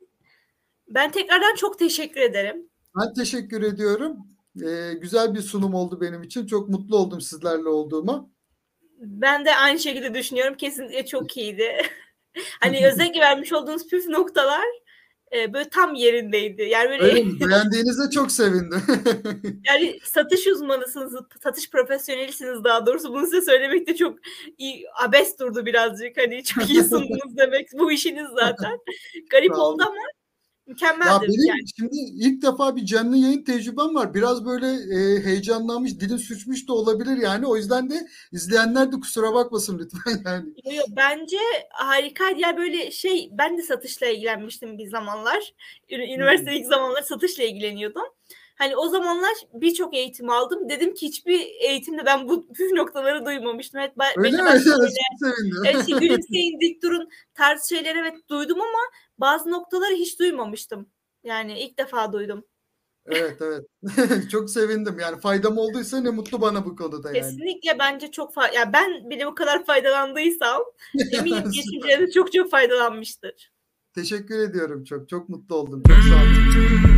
Ben tekrardan çok teşekkür ederim. Ben teşekkür ediyorum. Güzel bir sunum oldu benim için. Çok mutlu oldum sizlerle olduğuma. Ben de aynı şekilde düşünüyorum. Kesinlikle çok iyiydi. Hani özellikle vermiş olduğunuz püf noktalar böyle tam yerindeydi. Yani böyle Öyle mi? Beğendiğinize çok sevindim. yani satış uzmanısınız, satış profesyonelisiniz daha doğrusu. Bunu size söylemek de çok iyi, abes durdu birazcık. Hani çok iyi sundunuz demek. Bu işiniz zaten. Garip Sağ oldu olun. ama Ya mükemmeldi. benim Yani şimdi ilk defa bir canlı yayın tecrübem var. Biraz böyle heyecanlanmış, dilim sürçmüş de olabilir yani. O yüzden de izleyenler de kusura bakmasın lütfen yani. bence harikaydı. Yani böyle ben de satışla ilgilenmiştim bir zamanlar. Hmm. Üniversite ilk zamanlar satışla ilgileniyordum. Hani o zamanlar birçok eğitim aldım. Dedim ki hiçbir eğitimde ben bu püf noktaları duymamıştım. Evet, Öyle belli mi? başlı Çok sevindim. evet, işte gülümseyin, dik durun tarzı şeyler evet duydum ama bazı noktaları hiç duymamıştım. Yani ilk defa duydum. Evet, evet. Çok sevindim. Yani faydam olduysa ne mutlu bana bu konuda yani. Kesinlikle bence çok ya ben bile bu kadar faydalandıysam eminim Süper. girişimciler de çok çok faydalanmıştır. Teşekkür ediyorum çok. Çok mutlu oldum. Çok sağ olun.